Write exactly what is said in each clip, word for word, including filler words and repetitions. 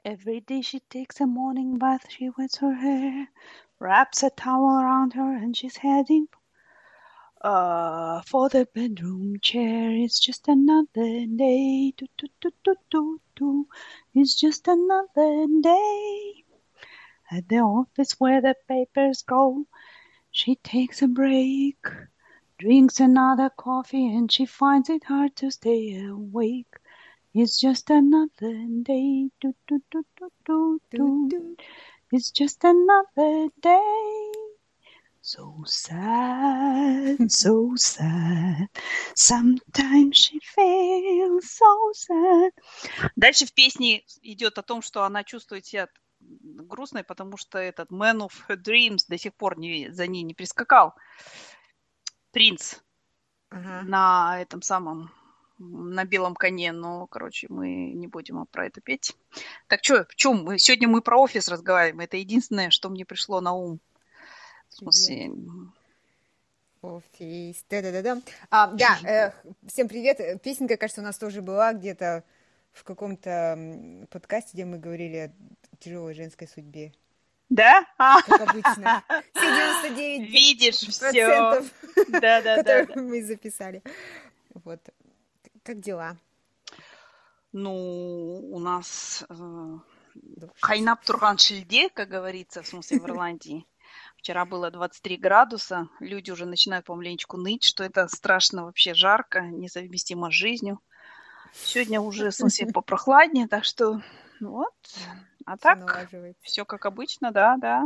Every day she takes a morning bath, she wets her hair, wraps a towel around her, and she's heading uh, for the bedroom chair. It's just another day. Do, do, do, do, do, do. It's just another day. At the office where the papers go, she takes a break, drinks another coffee, and she finds it hard to stay awake. It's just another day. Do, do, do, do, do, do. It's just another day. So sad, so sad. Sometimes she feels so sad. Дальше в песне идет о том, что она чувствует себя грустной, потому что этот man of her dreams до сих пор не, за ней не прискакал. Принц Ага. на этом самом, на белом коне. Но, короче, мы не будем про это петь. Так что, в чем? Мы, сегодня мы про офис разговариваем. Это единственное, что мне пришло на ум. В смысле... Офис. Да-да-да-да. А, да, э, всем привет. Песенка, кажется, у нас тоже была где-то в каком-то подкасте, где мы говорили о тяжелой женской судьбе. Да? Как обычно. Все девяносто девять Видишь, процентов, все. Да, да, которые да, да. мы записали. Вот. Как дела? Ну, у нас э, кайнап турган шильде, как говорится, в смысле в Ирландии. Вчера было двадцать три градуса. Люди уже начинают помаленечку ныть, что это страшно вообще жарко, несовместимо с жизнью. Сегодня уже, в смысле, попрохладнее, так что вот. А Всё так, налаживается. все как обычно, да, да.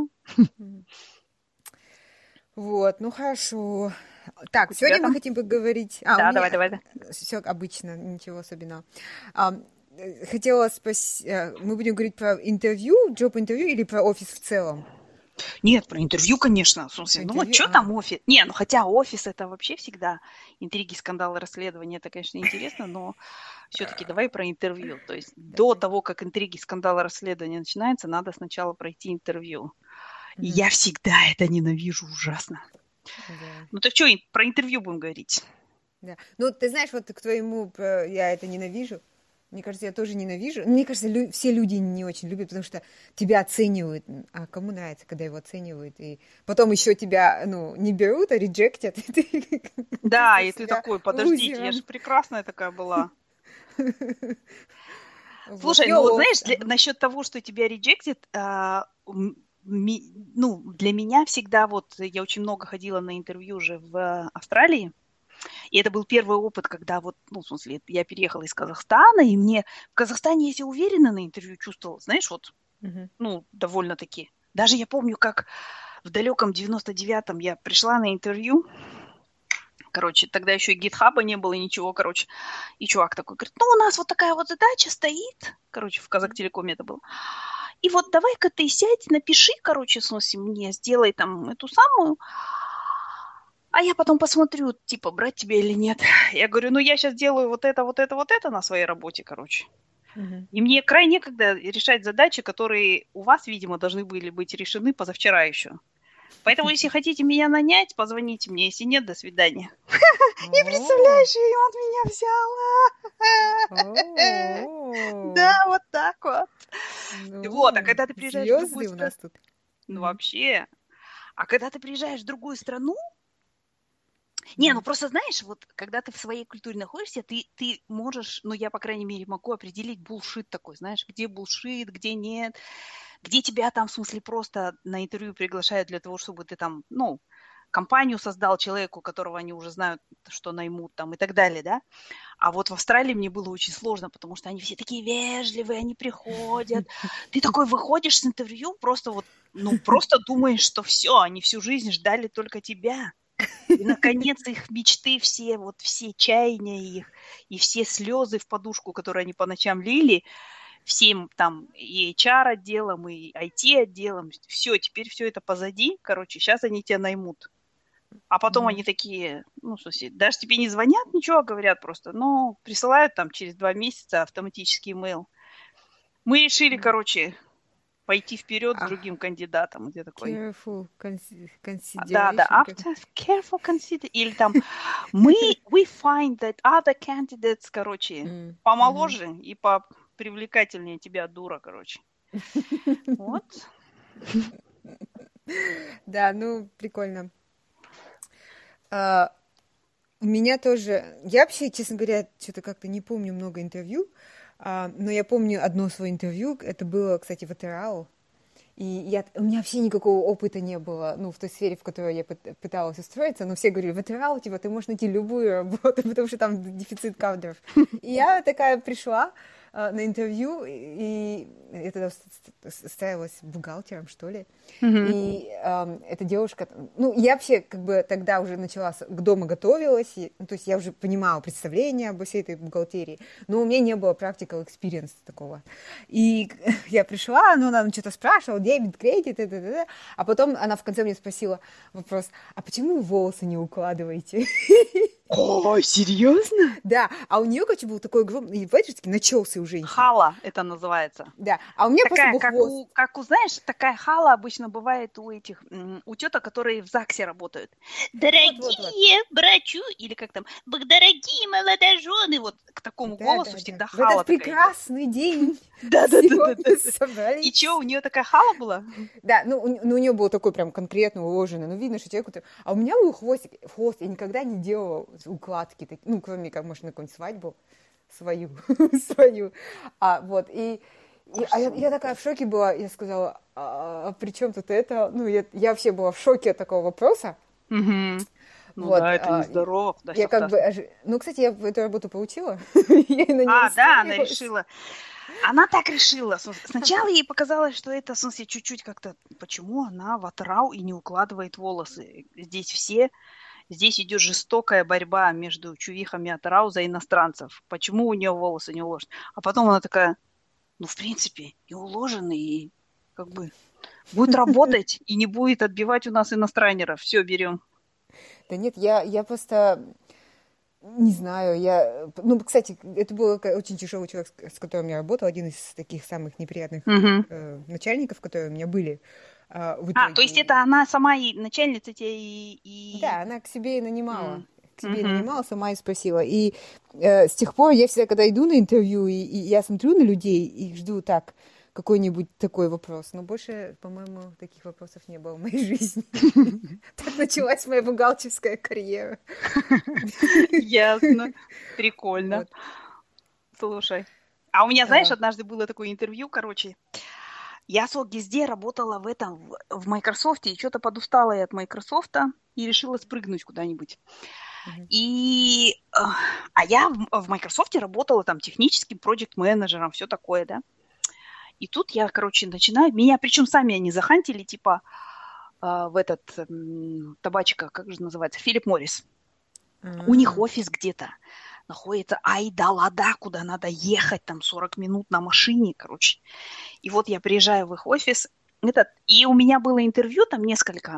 Вот, ну хорошо. Так, У тебя сегодня мы там? хотим поговорить... А, Да, у давай, меня давай, все обычно, ничего особенного. А, э, хотела спросить, э, мы будем говорить про интервью, джоб-интервью или про офис в целом? Нет, про интервью, конечно. В смысле, Про ну вот интервью? что А. там офис? Не, ну хотя офис это вообще всегда интриги, скандалы, расследования, это, конечно, интересно, но все-таки давай про интервью. То есть до Давай. того, как интриги, скандалы, расследования начинаются, надо сначала пройти интервью. И Мгм. я всегда это ненавижу ужасно. Да, Ну так что, про интервью будем говорить? да. Ну, ты знаешь, вот к твоему, про- я это ненавижу. Мне кажется, я тоже ненавижу. Мне кажется, лю- все люди не очень любят, потому что тебя оценивают. А кому нравится, когда его оценивают? И потом еще тебя, ну, не берут, а реджектят. И ты Да, чувствуешь и ты себя такой, подождите, я лузером. же прекрасная такая была. Вот. Слушай, И ну вот офис. знаешь, для- Ага. насчет того, что тебя реджектит, а, м, ми- ну, для меня всегда вот, я очень много ходила на интервью уже в Австралии, и это был первый опыт, когда вот, ну, в смысле, я переехала из Казахстана, и мне в Казахстане я себя уверенно на интервью чувствовала, знаешь, вот, Мгм. ну, довольно-таки. Даже я помню, как в далеком девяносто девятом я пришла на интервью, короче, тогда еще и гитхаба не было, и ничего, короче. И чувак такой говорит, ну, у нас вот такая вот задача стоит. Короче, в Казахтелекоме это было. И вот давай-ка ты сядь, напиши, короче, в смысле, мне, сделай там эту самую, а я потом посмотрю, типа, брать тебя или нет. Я говорю, ну, я сейчас делаю вот это, вот это, вот это на своей работе, короче. Мгм. И мне крайне некогда решать задачи, которые у вас, видимо, должны были быть решены позавчера еще. Поэтому, если хотите меня нанять, позвоните мне. Если нет, до свидания. Не О, представляешь, и он меня взял. Да, о, вот так вот. Вот, а ну, когда ты приезжаешь в другую звезды у страну, нас тут. ну Мгм. вообще, а когда ты приезжаешь в другую страну, не, ну Мгм. просто знаешь, вот когда ты в своей культуре находишься, ты, ты можешь, ну я, по крайней мере, могу определить булшит такой, знаешь, где булшит, где нет, где тебя там, в смысле, просто на интервью приглашают для того, чтобы ты там, ну, компанию создал человеку, которого они уже знают, что наймут там и так далее, да. А вот в Австралии мне было очень сложно, потому что они все такие вежливые, они приходят. Ты такой выходишь с интервью, просто вот, ну, просто думаешь, что все, они всю жизнь ждали только тебя. И, наконец, их мечты все, вот все чаяния их, и все слезы в подушку, которые они по ночам лили, всем там и эйч ар-отделом, и ай ти-отделом, все, теперь все это позади, короче, сейчас они тебя наймут. А потом Мгм. они такие, ну, в смысле, даже тебе не звонят, ничего, говорят просто, ну, присылают там через два месяца автоматический имейл. Мы решили, короче, пойти вперед с А, другим кандидатом. Где такой, careful consi- да, да, consideration. как- after careful consider, или там, мы, we find that other candidates, короче, М, мгм. помоложе и по привлекательнее тебя, дура, короче. Вот. Да, ну, прикольно. А, у меня тоже... Я вообще, честно говоря, что-то как-то не помню много интервью, а, но я помню одно свое интервью. Это было, кстати, в Атерау. И я, у меня вообще никакого опыта не было, ну, в той сфере, в которой я пыталась устроиться, но все говорили, в Атерау, типа, ты можешь найти любую работу, потому что там дефицит кадров. И я такая пришла э, на интервью, и я тогда устраивалась бухгалтером, что ли. Мгм. И э, эта девушка, ну, я вообще как бы тогда уже начала с- к дому готовилась, и, ну, то есть я уже понимала представление обо всей этой бухгалтерии, но у меня не было practical experience такого. И я пришла, ну, она что-то спрашивала, дебет, кредит, и т.д. А потом она в конце мне спросила вопрос, а почему вы волосы не укладываете? Ой, серьезно? Да, а у нее, короче, был такой огромный, и бывает, такие начесы у женщин. Хала это называется. Да, а у меня просто Такая, был как хвост. у, как у, знаешь, такая хала обычно бывает у этих, м, у теток, которые в ЗАГСе работают. Вот, вот, вот. Дорогие брачу, или как там, «Б- дорогие молодожены, вот к такому Да, голосу да, всегда да. В хала этот такая идет. прекрасный день Да-да-да-да-да. сегодня И собрались. что, у нее такая хала была? Да, ну, у, ну, у нее был такой прям конкретно уложенный, ну, видно, что человеку... то- А у меня был хвостик, хвост, я никогда не делала укладки, так- ну, кроме как, может, на какую-нибудь свадьбу свою, свою. А, вот, и, и- а я, я такая в шоке была, я сказала, а, а при чем тут это? Ну, я, я вообще была в шоке от такого вопроса. Мгм. Ну Вот, да, это а, и- нездорово. Да, я щас как даст. бы... ожи- Ну, кстати, я эту работу получила, я на ней А, да, она устроилась. решила. Она так решила. С- Сначала ей показалось, что это, в смысле, чуть-чуть как-то... Почему она в атрау и не укладывает волосы? Здесь все... Здесь идет жестокая борьба между чувихами атрау за иностранцев. Почему у нее волосы не уложены? А потом она такая, ну, в принципе, и уложены, и как бы будет работать, и не будет отбивать у нас иностранеров. Все, берем. Да нет, я, я просто не знаю, я... Ну, кстати, это был ка- очень тяжелый человек, с с которым я работала, один из таких самых неприятных Мгм. э, начальников, которые у меня были а, в А, то есть итоге. это она сама и начальница тебе и... и... Да, она к себе и нанимала. М. К себе и Мгм. нанимала, сама и спросила. И э, с тех пор я всегда, когда иду на интервью, и, и я смотрю на людей и жду так, какой-нибудь такой вопрос. Но больше, по-моему, таких вопросов не было в моей жизни. Так началась моя бухгалтерская карьера. Ясно. Прикольно. Вот. Слушай. А у меня, знаешь, А, однажды было такое интервью, короче. Я с везде работала в этом, в, в Microsoft, и что-то подустала я от Microsoft и решила спрыгнуть куда-нибудь. мгм, И, э, а я в, в Microsoft работала там техническим проект-менеджером, все такое, да. И тут я, короче, начинаю, меня, причем сами они захантили, типа, э, в этот м, табачка, как же называется, Филипп Моррис. У них а, офис где-то находится, ай да лада, куда надо ехать, там сорок минут на машине, короче. И вот я приезжаю в их офис, этот, и у меня было интервью там несколько.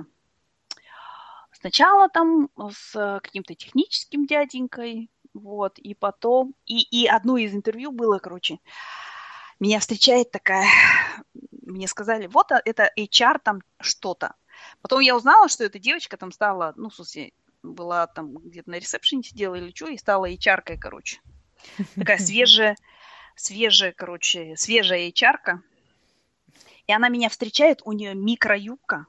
Сначала там с э, каким-то техническим дяденькой, вот, и потом, и, и одно из интервью было, короче, меня встречает такая, мне сказали, вот а, это эйч ар там что-то. Потом я узнала, что эта девочка там стала, ну, в смысле, была там где-то на ресепшене сидела или что, и стала эйч ар-кой, короче. Такая свежая, свежая, короче, свежая эйч ар-ка. И она меня встречает, у нее микроюбка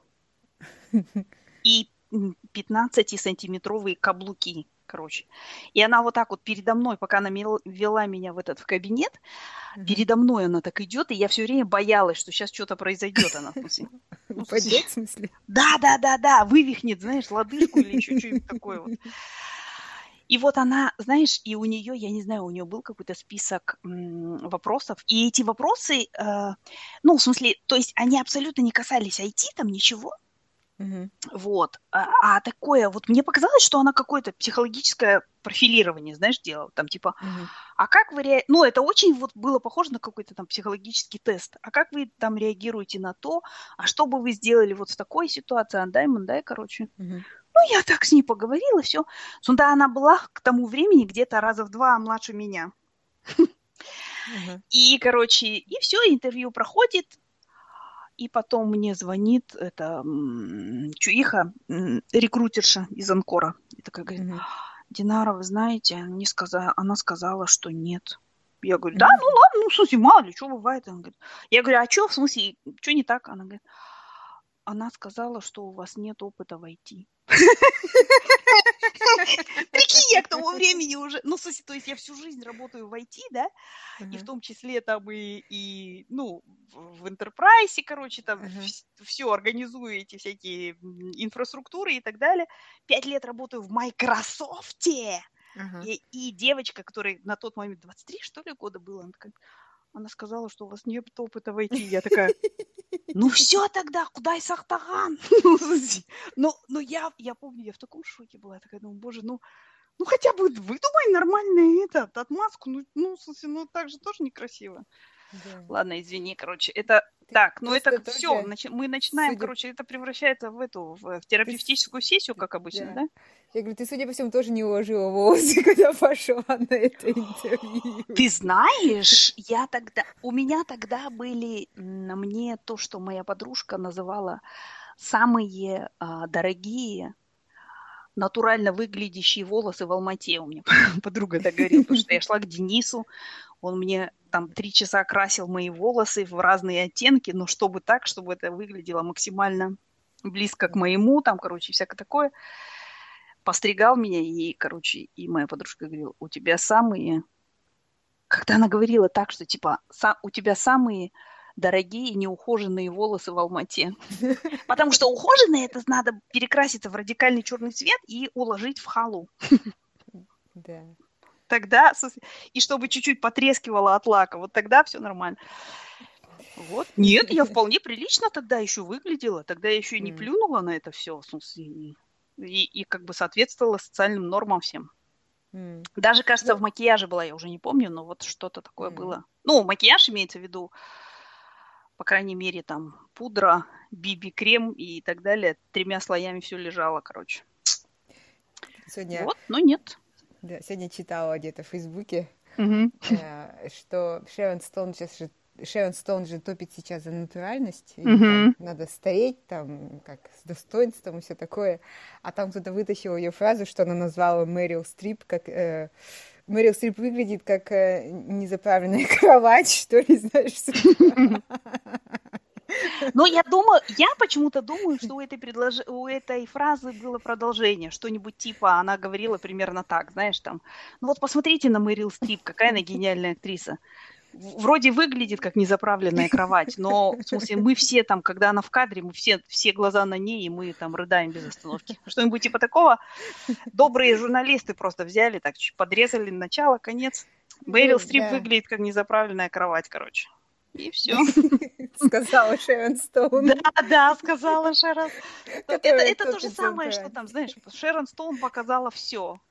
и пятнадцатисантиметровые каблуки, короче. И она вот так вот передо мной, пока она мел- вела меня в этот в кабинет, мгм. передо мной она так идет, и я все время боялась, что сейчас что-то произойдет. Она, в смысле, ну, в смысле, Упадет, в смысле? да, да, да, да, вывихнет, знаешь, лодыжку или еще что-нибудь такое вот. И вот она, знаешь, и у нее, я не знаю, у нее был какой-то список м, вопросов, и эти вопросы, э, ну, в смысле, то есть они абсолютно не касались ай ти, там ничего, Мгм, вот, а, а такое, вот мне показалось, что она какое-то психологическое профилирование, знаешь, делала, там типа, мгм, а как вы, ре... ну, это очень вот было похоже на какой-то там психологический тест, а как вы там реагируете на то, а что бы вы сделали вот в такой ситуации, андай, мандай, короче. мгм. Ну, я так с ней поговорила, все. Да, она была к тому времени где-то раза в два младше меня. Ага. И, короче, и все, интервью проходит, и потом мне звонит эта м, чуиха, м, рекрутерша из Анкора. И такая говорит, Мгм. Динара, вы знаете, мне сказа... она сказала, что нет. Я говорю, да, ну ладно, ну, в смысле, мало ли, что бывает. Она говорит, я говорю, а что, в смысле, что не так? Она говорит, она сказала, что у вас нет опыта в ай ти. Прикинь, я к тому времени уже, ну, в смысле, то есть я всю жизнь работаю в ай ти, да, и в том числе там и, и ну, в Enterprise, короче, там Ага. все организую, эти всякие инфраструктуры и так далее. Пять лет работаю в Microsoft. Ага. И, и девочка, которой на тот момент двадцать три, что ли, года было, она, такая, она сказала, что у вас нет опыта в ай ти. Я такая, ну все тогда, куда Сахтаган? Ну, ну я, я помню, я в таком шоке была. Я такая, думаю, боже, ну, ну хотя бы выдумай нормальный этот, отмазку. Ну, ну, в смысле, ну так же тоже некрасиво. Да. Ладно, извини, короче, это Ты так, ну это просто все, тоже, мы начинаем, судя... короче, это превращается в эту, в Ты, терапевтическую сессию, как обычно, да. да? Я говорю, ты, судя по всему, тоже не уложила волосы, когда пошла на это интервью. Ты знаешь, я тогда, у меня тогда были на мне то, что моя подружка называла самые а, дорогие натурально выглядящие волосы в Алмате. У меня подруга так говорила, потому что я шла к Денису, он мне там три часа красил мои волосы в разные оттенки, но чтобы так, чтобы это выглядело максимально близко к моему, там, короче, всякое такое. Постригал меня, и, короче, и моя подружка говорила, у тебя самые... Когда она говорила так, что, типа, у тебя самые дорогие неухоженные волосы в Алмате. Потому что ухоженные, это надо перекраситься в радикальный черный цвет и уложить в халу. Да. Тогда, и чтобы чуть-чуть потрескивало от лака, вот тогда все нормально. Вот. Нет, я вполне прилично тогда еще выглядела. Тогда я еще и не плюнула на это все. В смысле, и, и, и как бы соответствовала социальным нормам всем. Mm. Даже, кажется, Ну, в макияже была, я уже не помню, но вот что-то такое mm. было. Ну, макияж имеется в виду, по крайней мере, там пудра, би би-крем и так далее. Тремя слоями все лежало, короче. Сегодня... Вот, но нет. Да, сегодня читала где-то в Фейсбуке, Mm-hmm. э, что Шерон Стоун сейчас же Шерон Стоун же топит сейчас за натуральность, и Mm-hmm. там надо стареть, там, как с достоинством и все такое. А там кто-то вытащил ее фразу, что она назвала Мэрил Стрип, как... Э, Мэрил Стрип выглядит как э, незаправленная кровать, что ли, знаешь. Но я думаю, я почему-то думаю, что у этой, предлож... у этой фразы было продолжение, что-нибудь типа, она говорила примерно так, знаешь, там, ну вот посмотрите на Мэрил Стрип, какая она гениальная актриса. Вроде выглядит как незаправленная кровать, но, в смысле, мы все там, когда она в кадре, мы все, все глаза на ней, и мы там рыдаем без остановки. Что-нибудь типа такого. Добрые журналисты просто взяли, так подрезали начало, конец. Мэрил Ну, Стрип да. выглядит как незаправленная кровать, короче. И все. Сказала Шерон Стоун. Да, да, сказала Шерон. Это, это то же самое, что там, знаешь, Шерон Стоун показала все.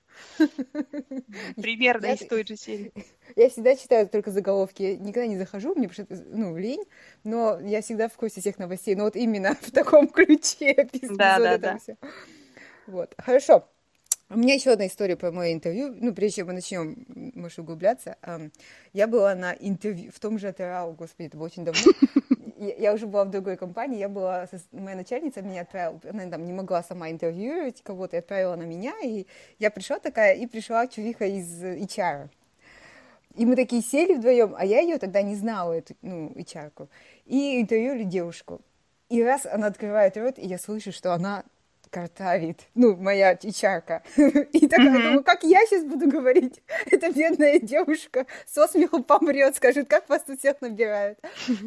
Примерно из той же серии. Я всегда читаю только заголовки. Я никогда не захожу, мне потому что, ну, лень, но я всегда в курсе всех новостей. Но вот именно в таком ключе да, да, да. Все. Вот, хорошо. У меня еще одна история про мое интервью. Ну, прежде чем мы начнем, можешь углубляться. Я была на интервью в том же ТРАУ, господи, это было очень давно. Я уже была в другой компании, я была, моя начальница меня отправила, она там не могла сама интервьюировать кого-то, и отправила на меня, и я пришла такая, и пришла чувиха из эйч ар. И мы такие сели вдвоем, а я ее тогда не знала, эту, ну, эйч ар-ку, и интервьюировали девушку. И раз она открывает рот, и я слышу, что она картавит, ну, моя эйч ар-ка. И такая, mm-hmm. думаю, как я сейчас буду говорить? Эта бедная девушка со смеху помрет, скажет, как вас тут всех набирают.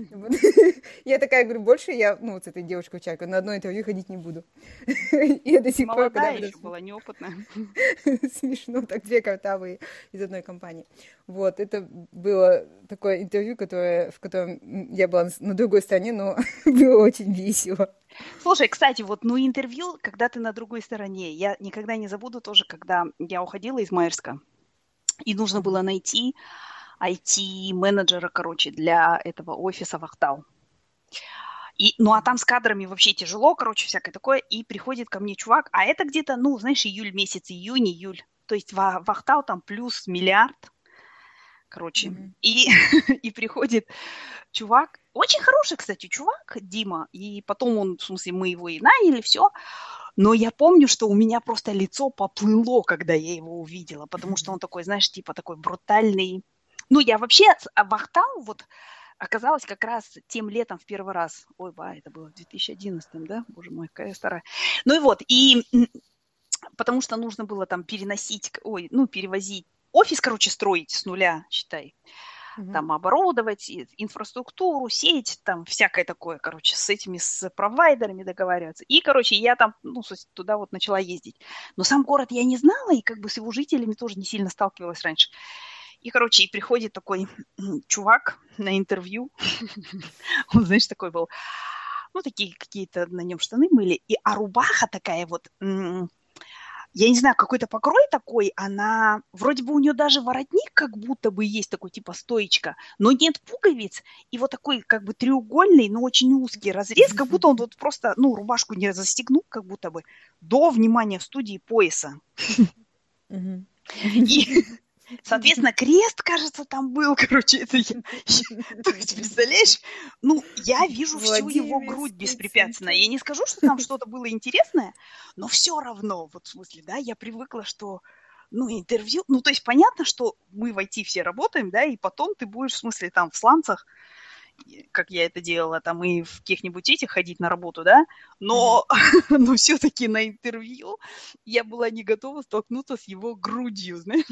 Я такая говорю, больше я, ну, вот с этой девушкой эйч ар-ка на одно интервью ходить не буду. И я до сих пор... Молодая еще была, неопытная. Смешно, так две картавые из одной компании. Вот, это было такое интервью, которое, в котором я была на другой стороне, но было очень весело. Слушай, кстати, вот, ну, интервью, когда ты на другой стороне, я никогда не забуду тоже, когда я уходила из Майерска, и нужно было найти ай ти-менеджера, короче, для этого офиса в Ахтау. И, ну, а там с кадрами вообще тяжело, короче, всякое такое, и приходит ко мне чувак, а это где-то, ну, знаешь, июль месяц, июнь, июль, то есть в, в Ахтау там плюс миллиард, короче, mm-hmm. и, и приходит чувак, очень хороший, кстати, чувак, Дима, и потом он, в смысле, мы его и наняли, все, но я помню, что у меня просто лицо поплыло, когда я его увидела, потому что он такой, знаешь, типа такой брутальный, Ну, я вообще в Ахтау вот оказалась как раз тем летом в первый раз. Ой, ба, это было в две тысячи одиннадцатом, да? Боже мой, какая я старая. Ну и вот, и потому что нужно было там переносить, ой, ну, перевозить, офис, короче, строить с нуля, считай. Мгм. Там оборудовать, инфраструктуру, сеть, там всякое такое, короче, с этими, с провайдерами договариваться. И, короче, я там, ну, туда вот начала ездить. Но сам город я не знала, и как бы с его жителями тоже не сильно сталкивалась раньше. И, короче, и приходит такой чувак на интервью. Он, знаешь, такой был, ну, такие какие-то на нем штаны были, и, а рубаха такая вот, я не знаю, какой-то покрой такой, она, вроде бы у нее даже воротник как будто бы есть такой, типа стоечка, но нет пуговиц, и вот такой как бы треугольный, но очень узкий разрез, как будто он вот просто, ну, рубашку не застегнул, как будто бы, до, внимания, в студии пояса. Мгм. И, соответственно, крест, кажется, там был, короче, это я, то есть, представляешь, ну, я вижу всю его грудь Владимирский беспрепятственно. Я центр. не скажу, что там что-то было интересное, но все равно, вот в смысле, да, я привыкла, что, ну, интервью, ну, то есть понятно, что мы в ай ти все работаем, да, и потом ты будешь, в смысле, там, в сланцах, как я это делала, там, и в каких-нибудь этих ходить на работу, да, но, но все-таки на интервью я была не готова столкнуться с его грудью, знаешь,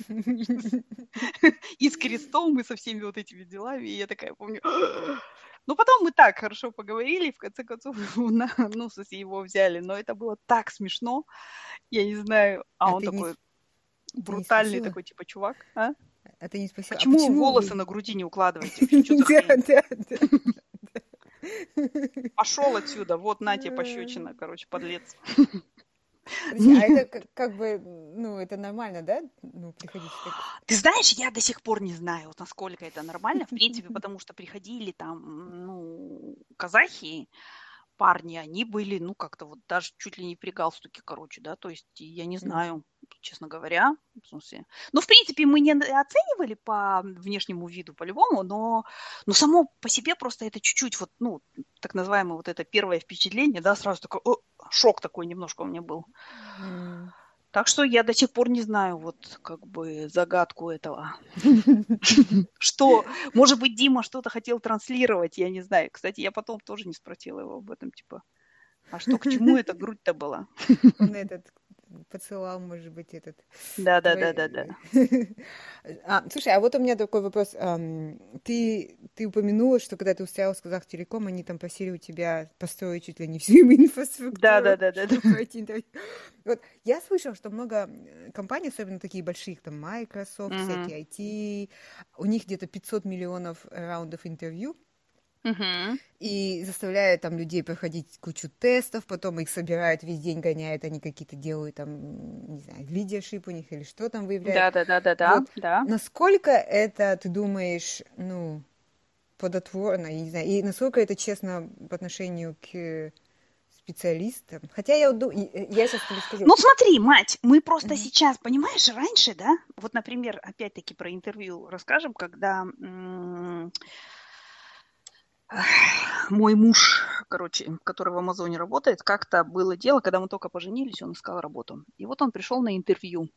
и с крестом, и со всеми вот этими делами, и я такая помню... Ну, потом мы так хорошо поговорили, в конце концов, на, ну, в смысле, его взяли, но это было так смешно, я не знаю, а А он ты не, такой с- ты не брутальный спросила? такой, типа, чувак, а? А ты не спросила? А Почему почему волосы вы... на груди не укладываете вообще? Что за Да, хрень? да, да. Пошел отсюда, вот на тебе пощечина, короче, подлец. Подожди, а это Нет. как, как бы, ну, это нормально, да? Ну, приходить в так... Ты знаешь, я до сих пор не знаю, вот насколько это нормально, в принципе, потому что приходили там, ну, казахи, парни, они были, ну, как-то вот даже чуть ли не при галстуке, короче, да, то есть я не Мгм. знаю, честно говоря, в смысле. Ну, в принципе, мы не оценивали по внешнему виду по-любому, но, но само по себе просто это чуть-чуть вот, ну, так называемое вот это первое впечатление, да, сразу такой, о, шок такой немножко у меня был. М. Так что я до сих пор не знаю вот как бы загадку этого. Что, может быть, Дима что-то хотел транслировать, я не знаю. Кстати, я потом тоже не спросила его об этом, типа, а что, к чему эта грудь-то была? Он этот поцеловал, может быть, этот Да-да-да-да-да. твой... А, слушай, а вот у меня такой вопрос. Ам, Ты, ты упомянула, что когда ты устраивалась в Казахтелеком, они там просили у тебя построить чуть ли не всю им инфраструктуру, Да-да-да-да-да. чтобы пройти интервью. Вот я слышала, что много э, компаний, особенно такие больших, там Microsoft, Мгм. всякие ай ти, у них где-то пятьсот миллионов раундов интервью, Мгм. и заставляют там людей проходить кучу тестов, потом их собирают, весь день гоняют, они какие-то делают там, не знаю, лидершип у них или что там выявляют. Да-да-да-да-да, Вот. да. Насколько это, ты думаешь, ну, плодотворно, я не знаю, и насколько это честно по отношению к специалистам? Хотя я, ду- и- э, я сейчас тебе скажу. Ну смотри, мать, мы просто Мгм. сейчас, понимаешь, раньше, да, вот, например, опять-таки про интервью расскажем, когда м, мой муж, короче, который в Амазоне работает, как-то было дело, когда мы только поженились, он искал работу. И вот он пришел на интервью.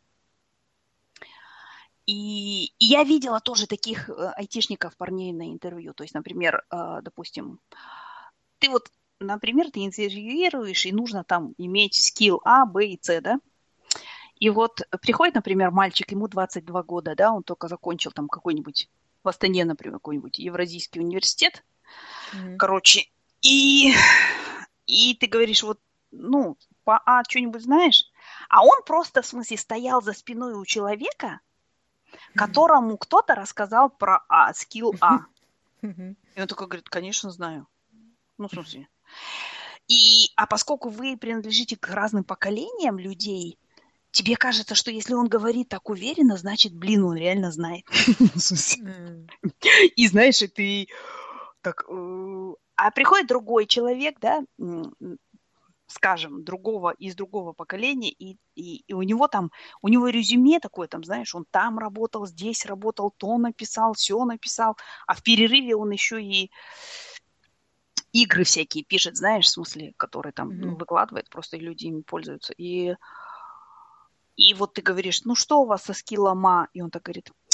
И, и я видела тоже таких э, айтишников, парней на интервью. То есть, например, э, допустим, ты вот, например, ты интервьюируешь, и нужно там иметь скилл А, Б и С, да? И вот приходит, например, мальчик, ему двадцать два года, да, он только закончил там какой-нибудь в Астане, например, какой-нибудь Евразийский университет, Мгм. короче, и, и ты говоришь, вот, ну, по А что-нибудь знаешь? А он просто, в смысле, стоял за спиной у человека, которому кто-то рассказал про А, скилл А. Мгм. И он такой говорит, конечно, знаю. Ну, в смысле. И, а поскольку вы принадлежите к разным поколениям людей, тебе кажется, что если он говорит так уверенно, значит, блин, он реально знает. В смысле. М. И знаешь, и ты так... э, А приходит другой человек, да, м, м, скажем, другого, из другого поколения, и, и, и у него там, у него резюме такое, там, знаешь, он там работал, здесь работал, то написал, все написал, а в перерыве он еще и игры всякие пишет, знаешь, в смысле, которые там ну, Мгм. выкладывает, просто и люди ими пользуются. И, и вот ты говоришь, ну что у вас со скиллом А? И он так говорит,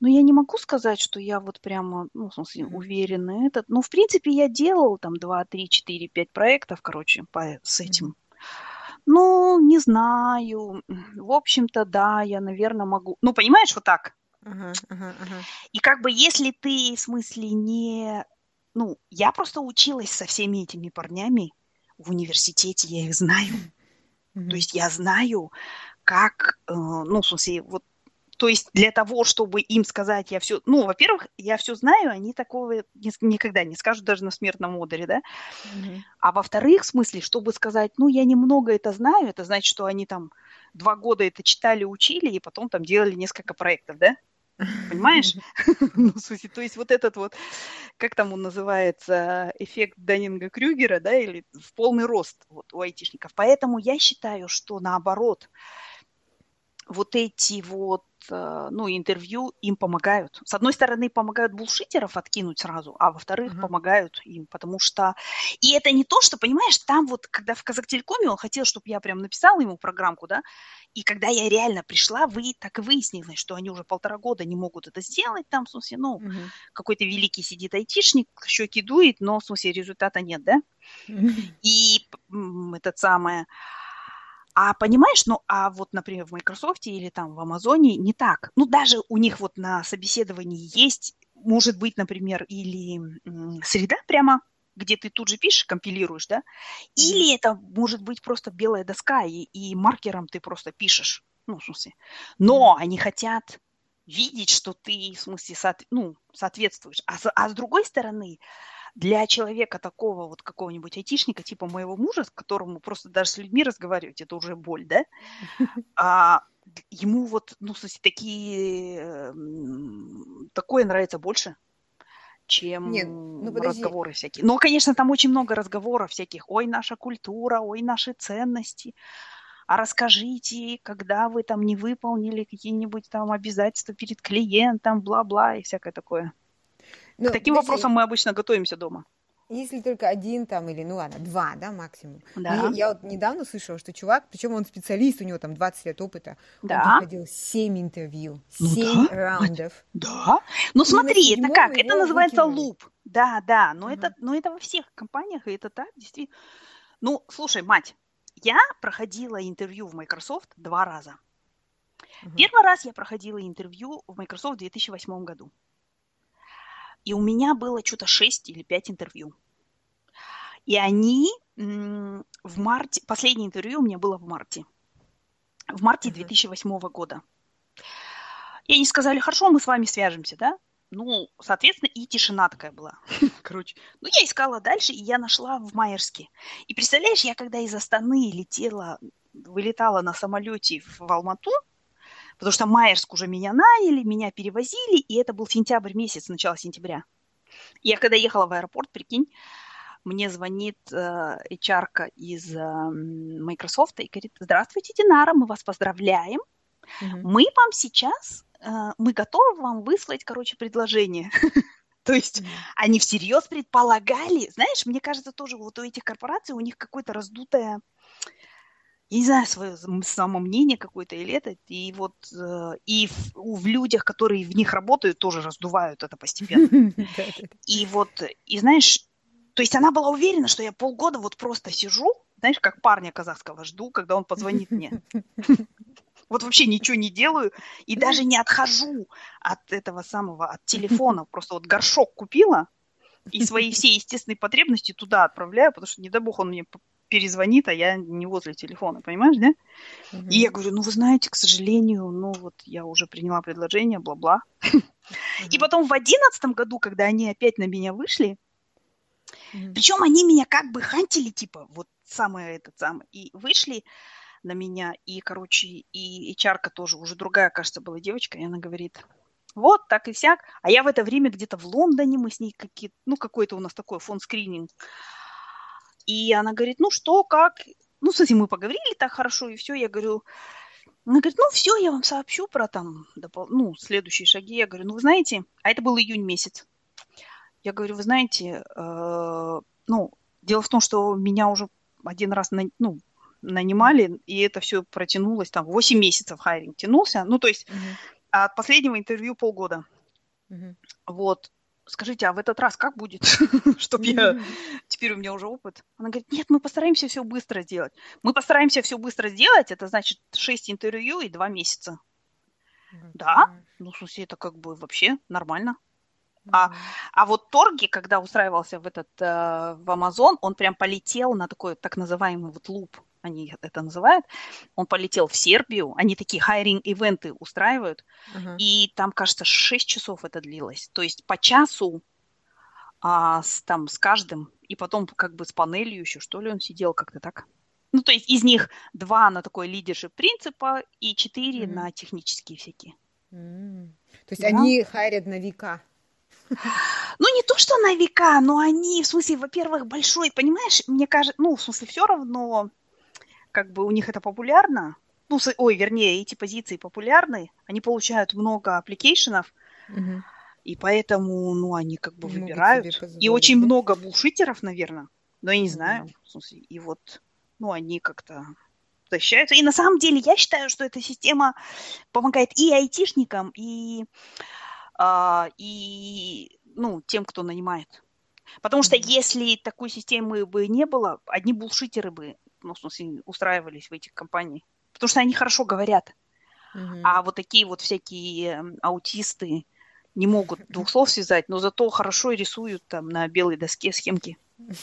Но я не могу сказать, что я вот прямо, ну, в смысле, Мгм. уверена этот. Ну, в принципе, я делала там два, три, четыре, пять проектов, короче, по, с Мгм. этим. Ну, не знаю. В общем-то, да, я, наверное, могу. Ну, понимаешь, вот так. Ага, ага, ага. И как бы если ты, в смысле, не... Ну, я просто училась со всеми этими парнями в университете, я их знаю. То Мгм. есть я знаю, как, э, ну, в смысле, вот, то есть для того, чтобы им сказать, я все, ну, во-первых, я все знаю, они такого ни- никогда не скажут даже на смертном одре, да, Мгм. а во-вторых, в смысле, чтобы сказать, ну, я немного это знаю, это значит, что они там два года это читали, учили, и потом там делали несколько проектов, да, понимаешь? Ну, в смысле, то есть вот этот вот, как там он называется, эффект Даннинга-Крюгера, да, или в полный рост вот у айтишников. Поэтому я считаю, что наоборот, вот эти вот, э, ну, интервью им помогают. С одной стороны, помогают булшитеров откинуть сразу, а во-вторых, Ага. помогают им, потому что... И это не то, что, понимаешь, там вот, когда в Казахтелекоме он хотел, чтобы я прям написала ему программку, да, и когда я реально пришла, вы так и выяснилось, что они уже полтора года не могут это сделать, там, в смысле, ну, Мгм. какой-то великий сидит айтишник, щеки дует, но, в смысле, результата нет, да? Мгм. И м, этот самое... А понимаешь, ну, а вот, например, в Microsoft или там в Амазоне не так. Ну, даже у них вот на собеседовании есть, может быть, например, или м, среда прямо, где ты тут же пишешь, компилируешь, да, Мгм. или это может быть просто белая доска, и, и маркером ты просто пишешь, ну, в смысле. Но они хотят видеть, что ты, в смысле, соот- ну, соответствуешь. А, с- а с другой стороны, для человека такого вот какого-нибудь айтишника, типа моего мужа, с которому просто даже с людьми разговаривать, это уже боль, да? А ему вот, ну, в смысле, такие, м, такое нравится больше, Нет, ну чем подожди. разговоры всякие. Но, конечно, там очень много разговоров всяких. Ой, наша культура, ой, наши ценности. А расскажите, когда вы там не выполнили какие-нибудь там обязательства перед клиентом, бла-бла и всякое такое. К Ну, таким подожди, вопросам мы обычно готовимся дома. если только один там или, ну ладно, два, да, максимум. Но я, Да, я вот недавно слышала, что чувак, причем он специалист, у него там двадцать лет опыта, он да. проходил семь интервью, Ну семь да, Мать, раундов, да. Ну и на смотри, это седьмом как? Это его называется выкинули. луп. Да, да, но это, Ага, но это во всех компаниях, и это так, действительно. Ну, слушай, мать, я проходила интервью в Microsoft два раза. ага, Первый раз я проходила интервью в Microsoft в две тысячи восьмом году. И у меня было что-то шесть или пять интервью. И они м, в марте, последнее интервью у меня было в марте. В марте ага. две тысячи восьмого года. И они сказали, хорошо, мы с вами свяжемся, да? Ну, соответственно, и тишина такая была. Короче, ну, я искала дальше, и я нашла в Майерске. И представляешь, я когда из Астаны летела, вылетала на самолете в Алмату, потому что Майерск уже меня наняли, меня перевозили, и это был сентябрь месяц, начало сентября. И я когда ехала в аэропорт, прикинь, мне звонит э, эйч ар-ка из э, Microsoft и говорит, здравствуйте, Динара, мы вас поздравляем. Мгм. Мы вам сейчас, э, мы готовы вам выслать, короче, предложение. То есть Мгм. они всерьез предполагали, знаешь, мне кажется, тоже вот у этих корпораций у них какое-то раздутое, я не знаю, свое самомнение какое-то или это, и вот э, и в, в людях, которые в них работают, тоже раздувают это постепенно. Да, да, да. И вот, и знаешь, то есть она была уверена, что я полгода вот просто сижу, знаешь, как парня казахского жду, когда он позвонит мне. Вот вообще ничего не делаю и даже не отхожу от этого самого, от телефона. Просто вот горшок купила и свои все естественные потребности туда отправляю, потому что, не дай бог, он мне п- перезвонит, а я не возле телефона, понимаешь, да? И Мгм. я говорю, ну, вы знаете, к сожалению, ну, вот я уже приняла предложение, бла-бла. И Ага. потом в одиннадцатом году, когда они опять на меня вышли, Мгм. причем они меня как бы хантили, типа, вот самое этот самый, и вышли на меня, и, короче, и эйч ар-ка тоже, уже другая, кажется, была девочка, и она говорит, вот, так и сяк. А я в это время где-то в Лондоне, мы с ней какие ну, какой-то у нас такой фон-скрининг. И она говорит, ну что, как? Ну, с этим мы поговорили так хорошо, и все. Я говорю, она говорит, ну все, я вам сообщу про там, допол- ну, следующие шаги. Я говорю, ну, вы знаете, а это был июнь месяц. Я говорю, вы знаете, э, ну, дело в том, что меня уже один раз, на, ну, нанимали, и это все протянулось, там, восемь месяцев хайринг тянулся. Ну, то есть Мгм. а от последнего интервью полгода. Мгм. Вот, скажите, а в этот раз как будет? Чтоб я... Теперь у меня уже опыт. Она говорит, нет, мы постараемся все быстро сделать. Мы постараемся все быстро сделать, это значит шесть интервью и два месяца. Да, Боже. ну, в смысле, это как бы вообще нормально. А, Мгм. а вот Торги, когда устраивался в этот, э, в Amazon, он прям полетел на такой так называемый вот луп, они это называют. Он полетел в Сербию, они такие хайринг-ивенты устраивают, Ага. и там, кажется, шесть часов это длилось. То есть по часу а, с, там, с каждым, и потом как бы с панелью еще, что ли, он сидел как-то так. Ну, то есть из них два на такой лидершип принципа и четыре Мгм. на технические всякие. М. То есть Да. они хайрят на века. Ну, не то, что на века, но они, в смысле, во-первых, большой, понимаешь, мне кажется, ну, в смысле, все равно, как бы у них это популярно. Ну, с- ой, вернее, эти позиции популярны, они получают много аппликейшенов, Мгм. и поэтому, ну, они как бы Могут себе выбирают. И очень позволить, да? много булшитеров, наверное, но я не знаю, М. в смысле, и вот, ну, они как-то защищаются. И на самом деле я считаю, что эта система помогает и айтишникам, и, а, и ну, тем, кто нанимает. Потому что Мгм. если такой системы бы не было, одни булшитеры бы, ну, в смысле, устраивались в этих компаниях. Потому что они хорошо говорят. Мгм. А вот такие вот всякие эм, аутисты не могут двух слов связать, но зато хорошо рисуют там на белой доске схемки.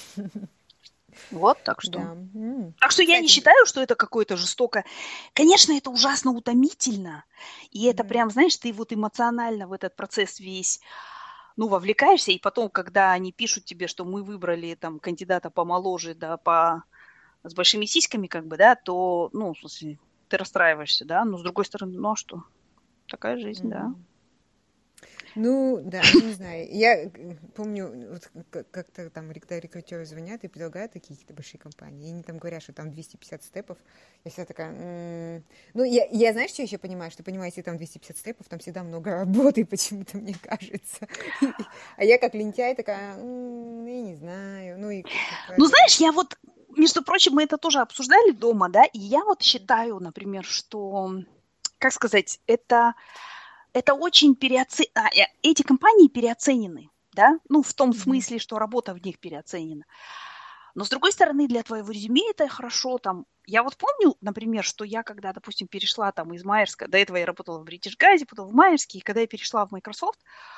Вот, так что. Да. М. Так что я не Кстати, д- считаю, что это какое-то жестокое. Конечно, это ужасно утомительно. И это Мгм. прям, знаешь, ты вот эмоционально в этот процесс весь, ну, вовлекаешься. И потом, когда они пишут тебе, что мы выбрали там кандидата помоложе, да, по с большими сиськами, как бы, да, то, ну, в смысле, ты расстраиваешься, да. Но с другой стороны, ну а что? Такая жизнь, да. Мгм. Ну, да, ну не знаю. Я э, помню, вот к- как-то там когда рекрутеры звонят и предлагают такие какие-то большие компании, и они там говорят, что там двести пятьдесят степов. Я всегда такая, «М». Ну, я, я знаешь, что еще понимаю? Что понимаю, если там двести пятьдесят степов, там всегда много работы, почему-то мне кажется. И- А я как лентяй такая, «М, я не знаю. Ну и к- как Ну, правило. знаешь, я вот, между прочим, мы это тоже обсуждали дома, да, и я вот Мгм. считаю, например, что, как сказать, это, это очень переоценено, эти компании переоценены, да, ну, в том Мгм. смысле, что работа в них переоценена. Но, с другой стороны, для твоего резюме это хорошо, там, я вот помню, например, что я, когда, допустим, перешла там из Майерска, до этого я работала в British Gas, потом в Майерске, и когда я перешла в Microsoft,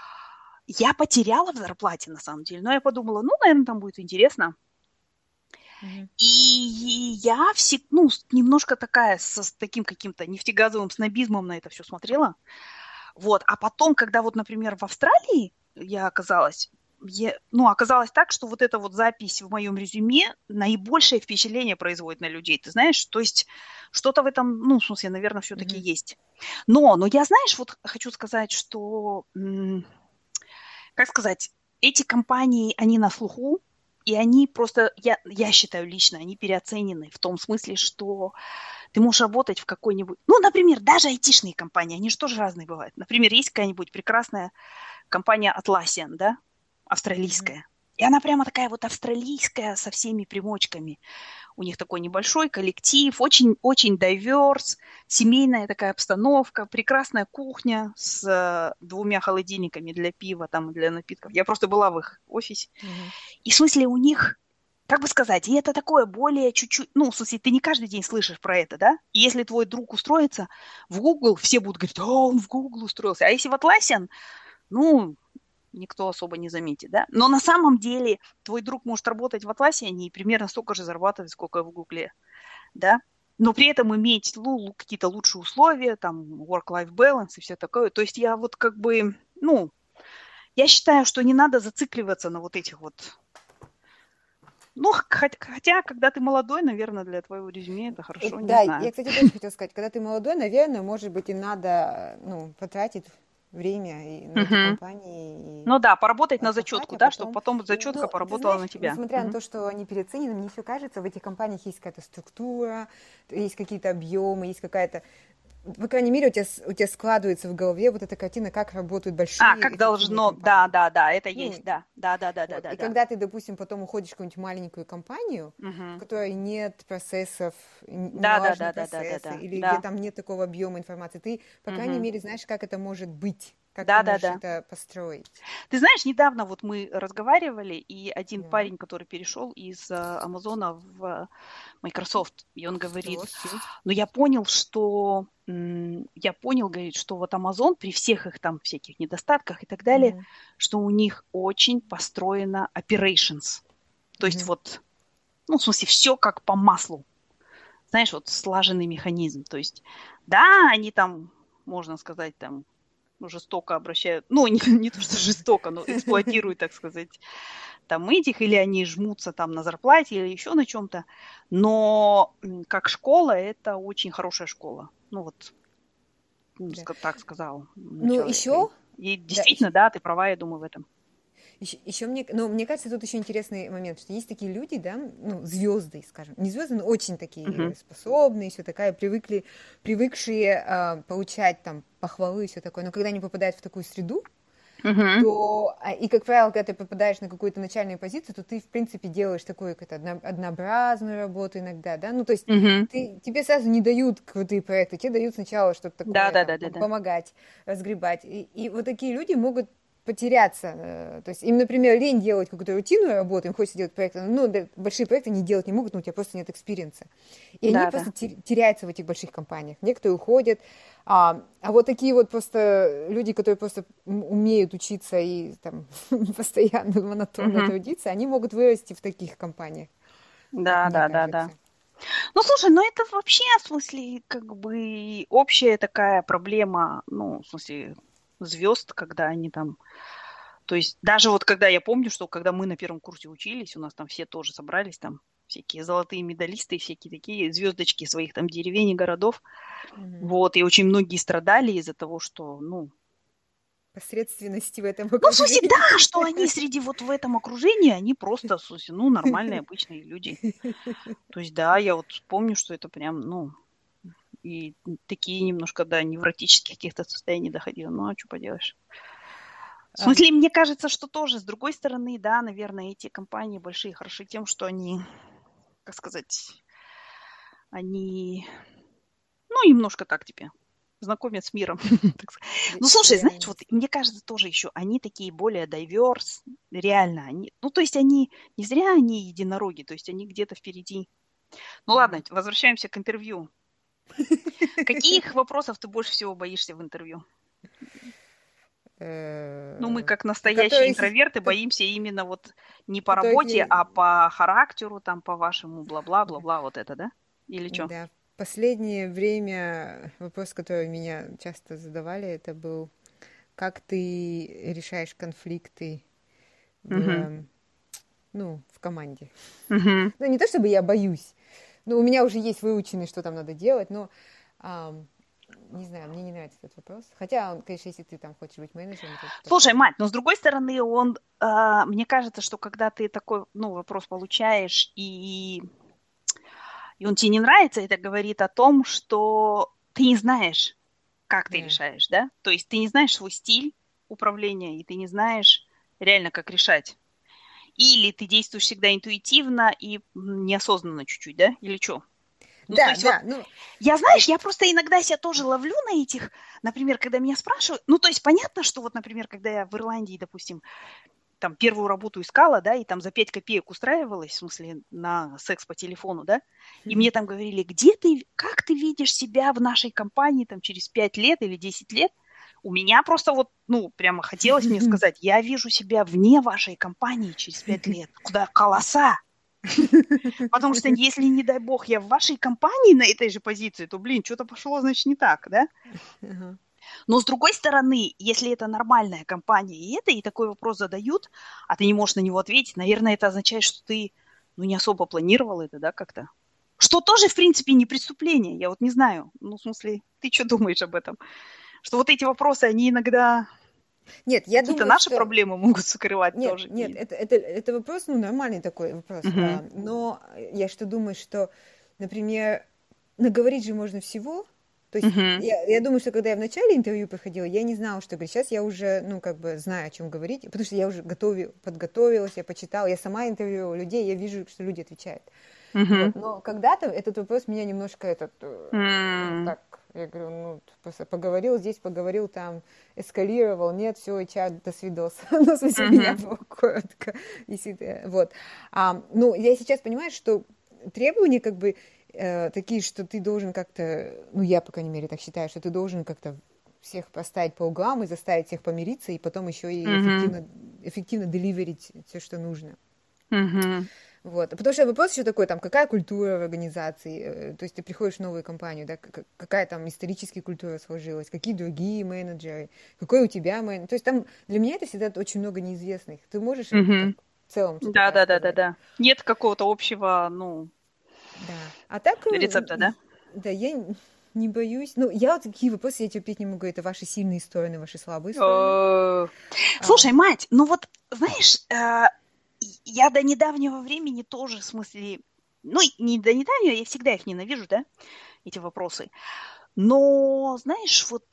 я потеряла в зарплате, на самом деле, но я подумала, ну, наверное, там будет интересно. Мгм. И я все, ну, немножко такая, со, с таким каким-то нефтегазовым снобизмом на это все смотрела. Вот. А потом, когда вот, например, в Австралии я оказалась, я, ну, оказалось так, что вот эта вот запись в моем резюме наибольшее впечатление производит на людей, ты знаешь? То есть что-то в этом, ну, в смысле, наверное, все-таки Мгм. есть. Но, но я, знаешь, вот хочу сказать, что, м, как сказать, эти компании, они на слуху, и они просто, я, я считаю лично, они переоценены в том смысле, что ты можешь работать в какой-нибудь... Ну, например, даже айтишные компании, они же тоже разные бывают. Например, есть какая-нибудь прекрасная компания Atlassian, да, Мгм. австралийская. И она прямо такая вот австралийская со всеми примочками. У них такой небольшой коллектив, очень-очень diverse, семейная такая обстановка, прекрасная кухня с э, двумя холодильниками для пива, там, и для напитков. Я просто была в их офисе. Мгм. И в смысле у них, как бы сказать, и это такое более чуть-чуть, ну, в смысле, ты не каждый день слышишь про это, да? И если твой друг устроится в Google, все будут говорить, о, он в Google устроился. А если в Atlassian, ну, никто особо не заметит, да? Но на самом деле твой друг может работать в Atlassian и примерно столько же зарабатывать, сколько и в Гугле, да? Но при этом иметь ну, какие-то лучшие условия, там, work-life balance и все такое. То есть я вот как бы, ну, я считаю, что не надо зацикливаться на вот этих вот ну, хотя, хотя, когда ты молодой, наверное, для твоего резюме это Э, хорошо, не Да, я, знаю. кстати, тоже хотела сказать, когда ты молодой, наверное, может быть, и надо, ну, потратить время и на эти Мгм. компании и Ну да, поработать на отпахать, зачетку, а да, чтобы потом... потом И, зачетка ну, ты поработала знаешь, на тебя. несмотря на Мгм. то, что они переоценены, мне все кажется, в этих компаниях есть какая-то структура, есть какие-то объемы, есть какая-то... По крайней мере, у тебя, с- у тебя складывается в голове вот эта картина, как работают А, большие как эффективные должно, да, компании. да, да, это Ну, есть, да, да, да, да, да, вот. да, И да. когда ты, допустим, потом уходишь в какую-нибудь маленькую компанию, в Мгм. которой нет процессов, н- не Да, да, налажены да, да, да, да, процессы, да, или где да. там нет такого объема информации, ты, по крайней Мгм. мере, знаешь, как это может быть. Как ты можешь Да-да-да. это построить? Ты знаешь, недавно вот мы разговаривали, и один Да. парень, который перешел из э, Амазона в Microsoft, и он О, говорит, окей. ну я понял, что м, я понял, говорит, что вот Amazon при всех их там всяких недостатках и так далее, Мгм. что у них очень построено operations. То есть Мгм. вот, ну, в смысле, все как по маслу. Знаешь, вот слаженный механизм. То есть, да, они там, можно сказать, там жестоко обращают, ну, не, не то, что жестоко, но эксплуатируют, так сказать, там этих, или они жмутся там на зарплате, или еще на чем-то. Но м, как школа, это очень хорошая школа. Ну, вот, м, Да. ска- так сказал м, Ну, человек. И, еще, и да, действительно, да, ты права, я думаю, в этом. еще, еще мне, ну, мне кажется, тут еще интересный момент, что есть такие люди, да, ну, звезды, скажем, не звезды, но очень такие Мгм. способные, все такая, привыкли, привыкшие а, получать там похвалы и все такое, но когда они попадают в такую среду, Мгм. то, а, и, как правило, когда ты попадаешь на какую-то начальную позицию, то ты, в принципе, делаешь такую какую-то одно, однообразную работу иногда, да, ну, то есть Мгм. ты, тебе сразу не дают крутые проекты, тебе дают сначала что-то Да, такое, да, там, да, да, пом- да. помогать, разгребать, и, и вот такие люди могут потеряться, э, то есть им, например, лень делать какую-то рутинную работу, им хочется делать проекты, ну, да, большие проекты они делать не могут, но у тебя просто нет экспириенса, и они Да, просто да. те- теряются в этих больших компаниях, некоторые уходят, а, а вот такие вот просто люди, которые просто м- умеют учиться и там постоянно монотонно Мгм. трудиться, они могут вырасти в таких компаниях, как Да, мне да, да, да. кажется. Ну, слушай, ну это вообще, в смысле, как бы общая такая проблема, ну, в смысле, звезд, когда они там. То есть даже вот когда я помню, что когда мы на первом курсе учились, у нас там все тоже собрались, там всякие золотые медалисты, всякие такие звездочки своих там деревень и городов. Мгм. Вот, и очень многие страдали из-за того, что, ну, Посредственности в этом ну, в смысле, окружении. да, что они среди вот в этом окружении, они просто, в смысле, ну, нормальные, обычные люди. То есть, да, я вот помню, что это прям, ну, и такие немножко до невротических каких-то состояний доходило. Ну, а что поделаешь? В Ам, смысле, мне кажется, что тоже, с другой стороны, да, наверное, эти компании большие хороши тем, что они, как сказать, они, ну, немножко так тебе знакомят с миром. так сказать. ре- Ну, слушай, знаешь, вот реальность. мне кажется, тоже еще они такие более diverse, реально. Они, ну, то есть они, не зря они единороги, то есть они где-то впереди. Ну, ладно, Мгм. возвращаемся к интервью. Каких вопросов ты больше всего боишься в интервью? Ну, мы Э, как настоящие Которые, се- интроверты ко- боимся именно вот не по которых работе, я, а по характеру, там, по вашему бла-бла, бла-бла, вот это, да? Или что? да, в последнее время вопрос, который меня часто задавали, это был, как ты решаешь конфликты Угу, в, ну, в команде. угу. Ну, не то чтобы я боюсь, но у меня уже есть выученный, что там надо делать, но ам, не знаю, мне не нравится этот вопрос. Хотя, он, конечно, если ты там хочешь быть менеджером, то Слушай, такое. мать, но с другой стороны, он, а, мне кажется, что когда ты такой, ну, вопрос получаешь, и, и он тебе не нравится, это говорит о том, что ты не знаешь, как ты Да. решаешь, да? То есть ты не знаешь свой стиль управления, и ты не знаешь реально, как решать. Или ты действуешь всегда интуитивно и м, неосознанно чуть-чуть, да? Или что? Ну, то Да, есть вот, да, ну, я, вот, знаешь, я просто иногда себя тоже ловлю на этих, например, когда меня спрашивают, ну, то есть понятно, что вот, например, когда я в Ирландии, допустим, там первую работу искала, да, и там за пять копеек устраивалась, в смысле, на секс по телефону, да, и мне там говорили, где ты, как ты видишь себя в нашей компании там через пять лет или десять лет? У меня просто вот, ну, прямо хотелось мне сказать, я вижу себя вне вашей компании через пять лет. Куда колоса? Потому что если, не дай бог, я в вашей компании на этой же позиции, то, блин, что-то пошло, значит, не так, да? ага. Но с другой стороны, если это нормальная компания, и это, и такой вопрос задают, а ты не можешь на него ответить, наверное, это означает, что ты, ну, не особо планировал это, да, как-то. Что тоже, в принципе, не преступление, я вот не знаю. Ну, в смысле, ты что думаешь об этом? Что вот эти вопросы, они иногда Нет, я какие-то думаю, наши что проблемы могут скрывать нет, тоже. нет, И... это, это, это вопрос, ну, нормальный такой вопрос. Мгм. а, Но я что думаю, что, например, наговорить же можно всего. То есть Мгм. я, я думаю, что когда я в начале интервью проходила, я не знала, что говорить. Сейчас я уже, ну, как бы знаю, о чем говорить, потому что я уже готовил, подготовилась, я почитала, я сама интервьюировала людей, я вижу, что люди отвечают. Мгм. Вот. Но когда-то этот вопрос меня немножко этот, э, М. так Я говорю, ну, просто поговорил здесь, поговорил там, эскалировал, нет, все, эйч ар, до свидос. Ну, в смысле, у меня было коротко. Если ты- Вот. А, ну, я сейчас понимаю, что требования как бы э, такие, что ты должен как-то, ну, я, по крайней мере, так считаю, что ты должен как-то всех поставить по углам и заставить всех помириться, и потом еще и Мгм. эффективно, эффективно деливерить все, что нужно. Мгм. Вот. Потому что вопрос еще такой, там, какая культура в организации, э, то есть ты приходишь в новую компанию, да, как- какая там историческая культура сложилась, какие другие менеджеры, какой у тебя менеджер. То есть там для меня это всегда очень много неизвестных. Ты можешь э, так Мгм. в целом что-то Да, да, да, да, рассказать? да. Нет какого-то общего, ну, Да. А так, э, рецепта, да? да, я н- не боюсь. Ну, я вот такие вопросы я терпеть не могу. Это ваши сильные стороны, ваши слабые стороны. Э, А, Слушай, мать, ну вот, знаешь, э, я до недавнего времени тоже, в смысле, ну, и не до недавнего, я всегда их ненавижу, да, эти вопросы. Но, знаешь, вот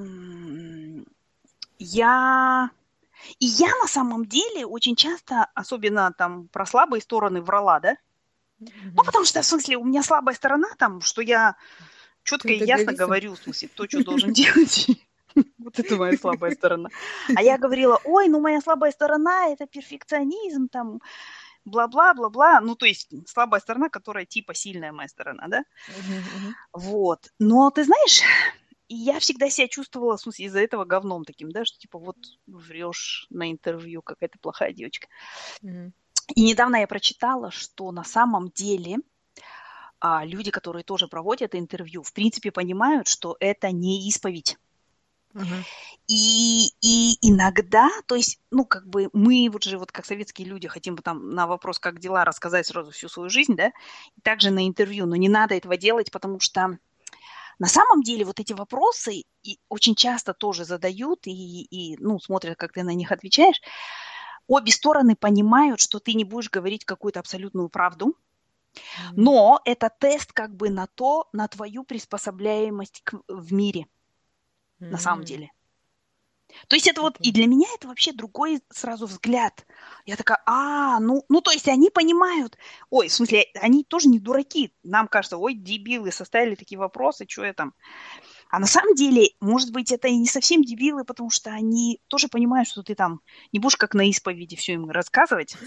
м, я... И я на самом деле очень часто, особенно там про слабые стороны, врала, да? Ну, мгм. потому что, в смысле, у меня слабая сторона там, что я четко и ясно Трудоголизм. говорю, в смысле, то, что должен делать. Вот это моя слабая сторона. А я говорила, ой, ну моя слабая сторона– это перфекционизм, там, бла-бла, бла-бла. Ну, то есть слабая сторона, которая типа сильная моя сторона, да? Мгм, мгм, Вот. Но ты знаешь, я всегда себя чувствовала, в смысле, из-за этого говном таким, да, что типа вот врешь на интервью, какая-то плохая девочка. мгм, И недавно я прочитала, что на самом деле а, люди, которые тоже проводят интервью, в принципе понимают, что это не исповедь. ага, И, и иногда, то есть, ну, как бы мы вот же вот как советские люди хотим там на вопрос, как дела, рассказать сразу всю свою жизнь, да, и также на интервью, но не надо этого делать, потому что на самом деле вот эти вопросы и очень часто тоже задают и, и, ну, смотрят, как ты на них отвечаешь. Обе стороны понимают, что ты не будешь говорить какую-то абсолютную правду, мгм, но это тест как бы на то, на твою приспособляемость к- в мире на самом м, деле. То есть это вот и окей. для меня это вообще другой сразу взгляд. Я такая, а, ну, ну, то есть они понимают, ой, в смысле, они тоже не дураки. Нам кажется, ой, дебилы, составили такие вопросы, что я там. А на самом деле, может быть, это и не совсем дебилы, потому что они тоже понимают, что ты там не будешь как на исповеди все им рассказывать,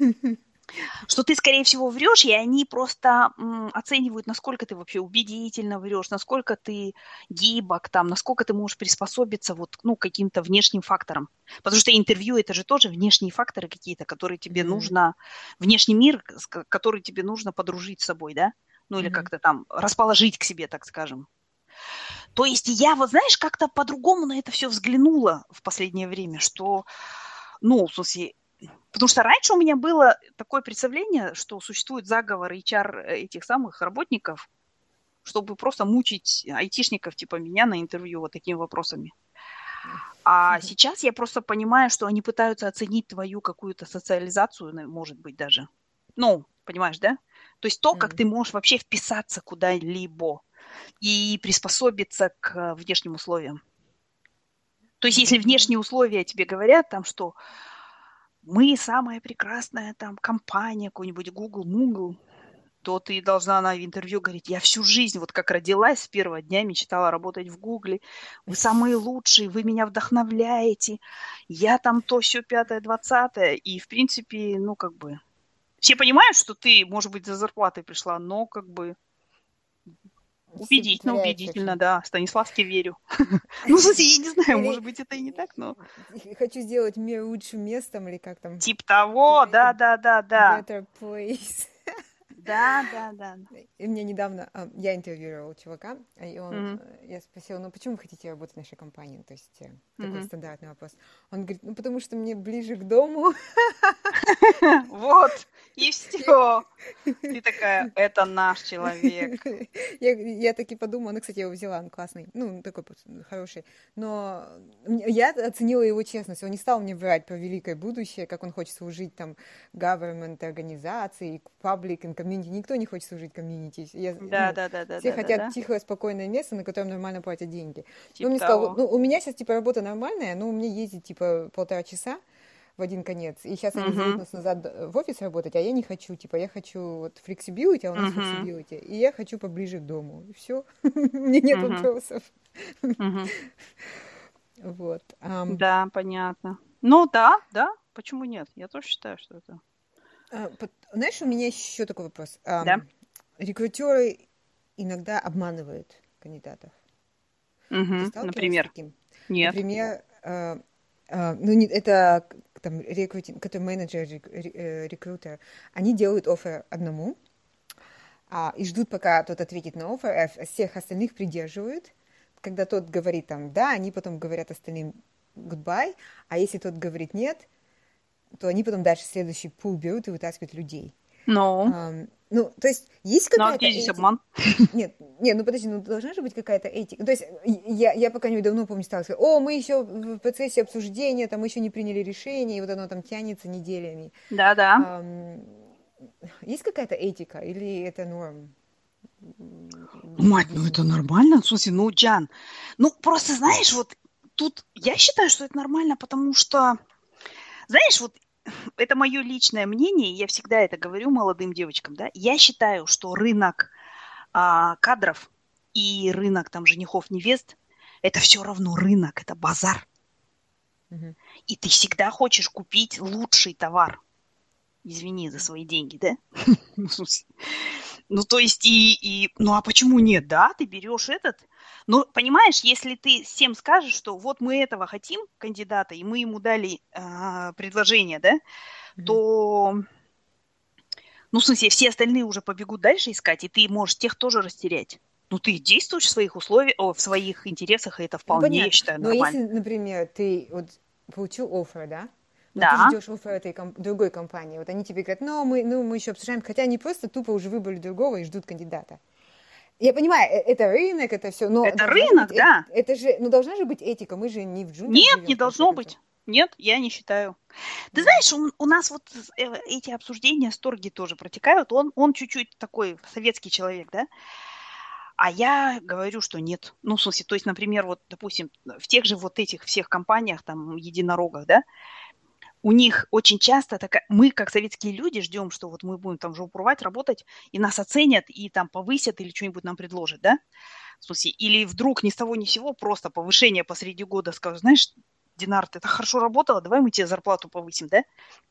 что ты, скорее всего, врешь, и они просто м, оценивают, насколько ты вообще убедительно врешь, насколько ты гибок, там, насколько ты можешь приспособиться вот, ну, к каким-то внешним факторам. Потому что интервью– это же тоже внешние факторы какие-то, которые тебе Мгм, нужно, внешний мир, с ко- который тебе нужно подружить с собой, да? Ну, или мгм, как-то там расположить к себе, так скажем. То есть я, вот знаешь, как-то по-другому на это все взглянула в последнее время, что, ну, в смысле, потому что раньше у меня было такое представление, что существует заговор эйч ар этих самых работников, чтобы просто мучить айтишников типа меня на интервью вот такими вопросами. А сейчас я просто понимаю, что они пытаются оценить твою какую-то социализацию, ну, может быть, даже. Ну, понимаешь, да? То есть то, как м, ты можешь вообще вписаться куда-либо и приспособиться к внешним условиям. То есть если м. внешние условия тебе говорят, там, что мы самая прекрасная там компания, какой-нибудь Google, Moogle, то ты должна на интервью говорить, я всю жизнь, вот как родилась, с первого дня мечтала работать в Гугле, вы самые лучшие, вы меня вдохновляете, я там то, все пятое, двадцатое, и в принципе, ну как бы, все понимают, что ты, может быть, за зарплатой пришла, но как бы Все убедительно, притворяются убедительно, очень. да, Станиславски верю. Ну, в смысле, я не знаю, Или может быть, это и не так, но э, хочу сделать мир лучшим местом, или как там, типа to того, make да, a да, да, да, better place. да, да, да. И мне недавно, а, я интервьюировала чувака, и он, Мгм, э, я спросила, ну почему вы хотите работать в нашей компании? То есть э, такой мгм. стандартный вопрос. Он говорит, ну потому что мне ближе к дому. Вот, и Я, все. Ты такая, это наш человек. я, я таки подумала, ну, кстати, я его взяла, он классный, ну, такой хороший, но я оценила его честность, он не стал мне врать про великое будущее, как он хочет служить там government организации, public and community, никто не хочет служить комьюнити, я, Да, ну, да, да, да, все да, да, хотят да. тихое, спокойное место, на котором нормально платят деньги. Но он Типа мне сказал, вот, того. ну, у меня сейчас, типа, работа нормальная, но у меня ездить, типа, полтора часа, в один конец. И сейчас они зовут Мгм. нас назад в офис работать, а я не хочу. Типа, я хочу вот flexibility, а у нас Мгм. flexibility. И я хочу поближе к дому. И все. Мне нет Мгм. вопросов. Мгм. Вот. Ам, Да, понятно. Ну да, да, почему нет? Я тоже считаю, что это... а, пот- Знаешь, у меня еще такой вопрос. Да? Ам, Рекрутеры иногда обманывают кандидатов. Ты Мгм. сталкивалась с Например. таким? Нет. Например, э, э, ну, не- это к- там рекрутинг, который менеджер, рек- ре- э, рекрутер, они делают оффер одному, а, и ждут, пока тот ответит на оффер, а в- всех остальных придерживают. Когда тот говорит там да, они потом говорят остальным goodbye, а если тот говорит нет, то они потом дальше следующий пул берут и вытаскивают людей. Ну, Ам, ну, то есть есть ну а какая-то где здесь этика? обман? Нет, нет, ну подожди, ну должна же быть какая-то этика. То есть я, я пока не давно помню, стала сказать, о, мы еще в процессе обсуждения, там мы еще не приняли решение, и вот оно там тянется неделями. Да-да. Ам, есть какая-то этика или это норм Мать, ну это бизнеса? нормально? В смысле, ну, Джан, ну просто знаешь, вот тут я считаю, что это нормально, потому что, знаешь, вот это мое личное мнение, и я всегда это говорю молодым девочкам, да, я считаю, что рынок а, кадров и рынок там женихов-невест, это все равно рынок, это базар. Мгм. И ты всегда хочешь купить лучший товар. Извини за свои деньги, да? Ну, в смысле, ну, то есть, и, и, ну, а почему нет, да? Ты берешь этот. Ну, понимаешь, если ты всем скажешь, что вот мы этого хотим, кандидата, и мы ему дали а, предложение, да, Мгм. то, ну, в смысле, все остальные уже побегут дальше искать, и ты можешь тех тоже растерять. Ну, ты действуешь в своих условиях, о, в своих интересах, и это Ну, вполне, я понятно. считаю, Но если, нормально. например, ты вот получил оффер, да, но ты Да, ждешь оффер этой ком- другой компании, вот они тебе говорят, ну, мы, ну, мы еще обсуждаем, хотя они просто тупо уже выбрали другого и ждут кандидата. Я понимаю, э- это рынок, это все, но это должна же быть, рынок, э- да. это же, ну, должна же быть этика, мы же не в джунглях Нет, живем, не в конце должно концов. быть. Нет, я не считаю. Ты М. знаешь, у, у нас вот э, эти обсуждения с Торги тоже протекают. Он, он чуть-чуть такой советский человек, да? А я говорю, что нет. Ну, в смысле, то есть, например, вот, допустим, в тех же вот этих всех компаниях, там, единорогах, да, у них очень часто такая... Мы, как советские люди, ждем, что вот мы будем там жопу рвать, работать, и нас оценят, и там повысят, или что-нибудь нам предложат, да? В смысле, или вдруг ни с того ни с сего просто повышение посреди года скажут, знаешь, Динар, ты так хорошо работала, давай мы тебе зарплату повысим, да?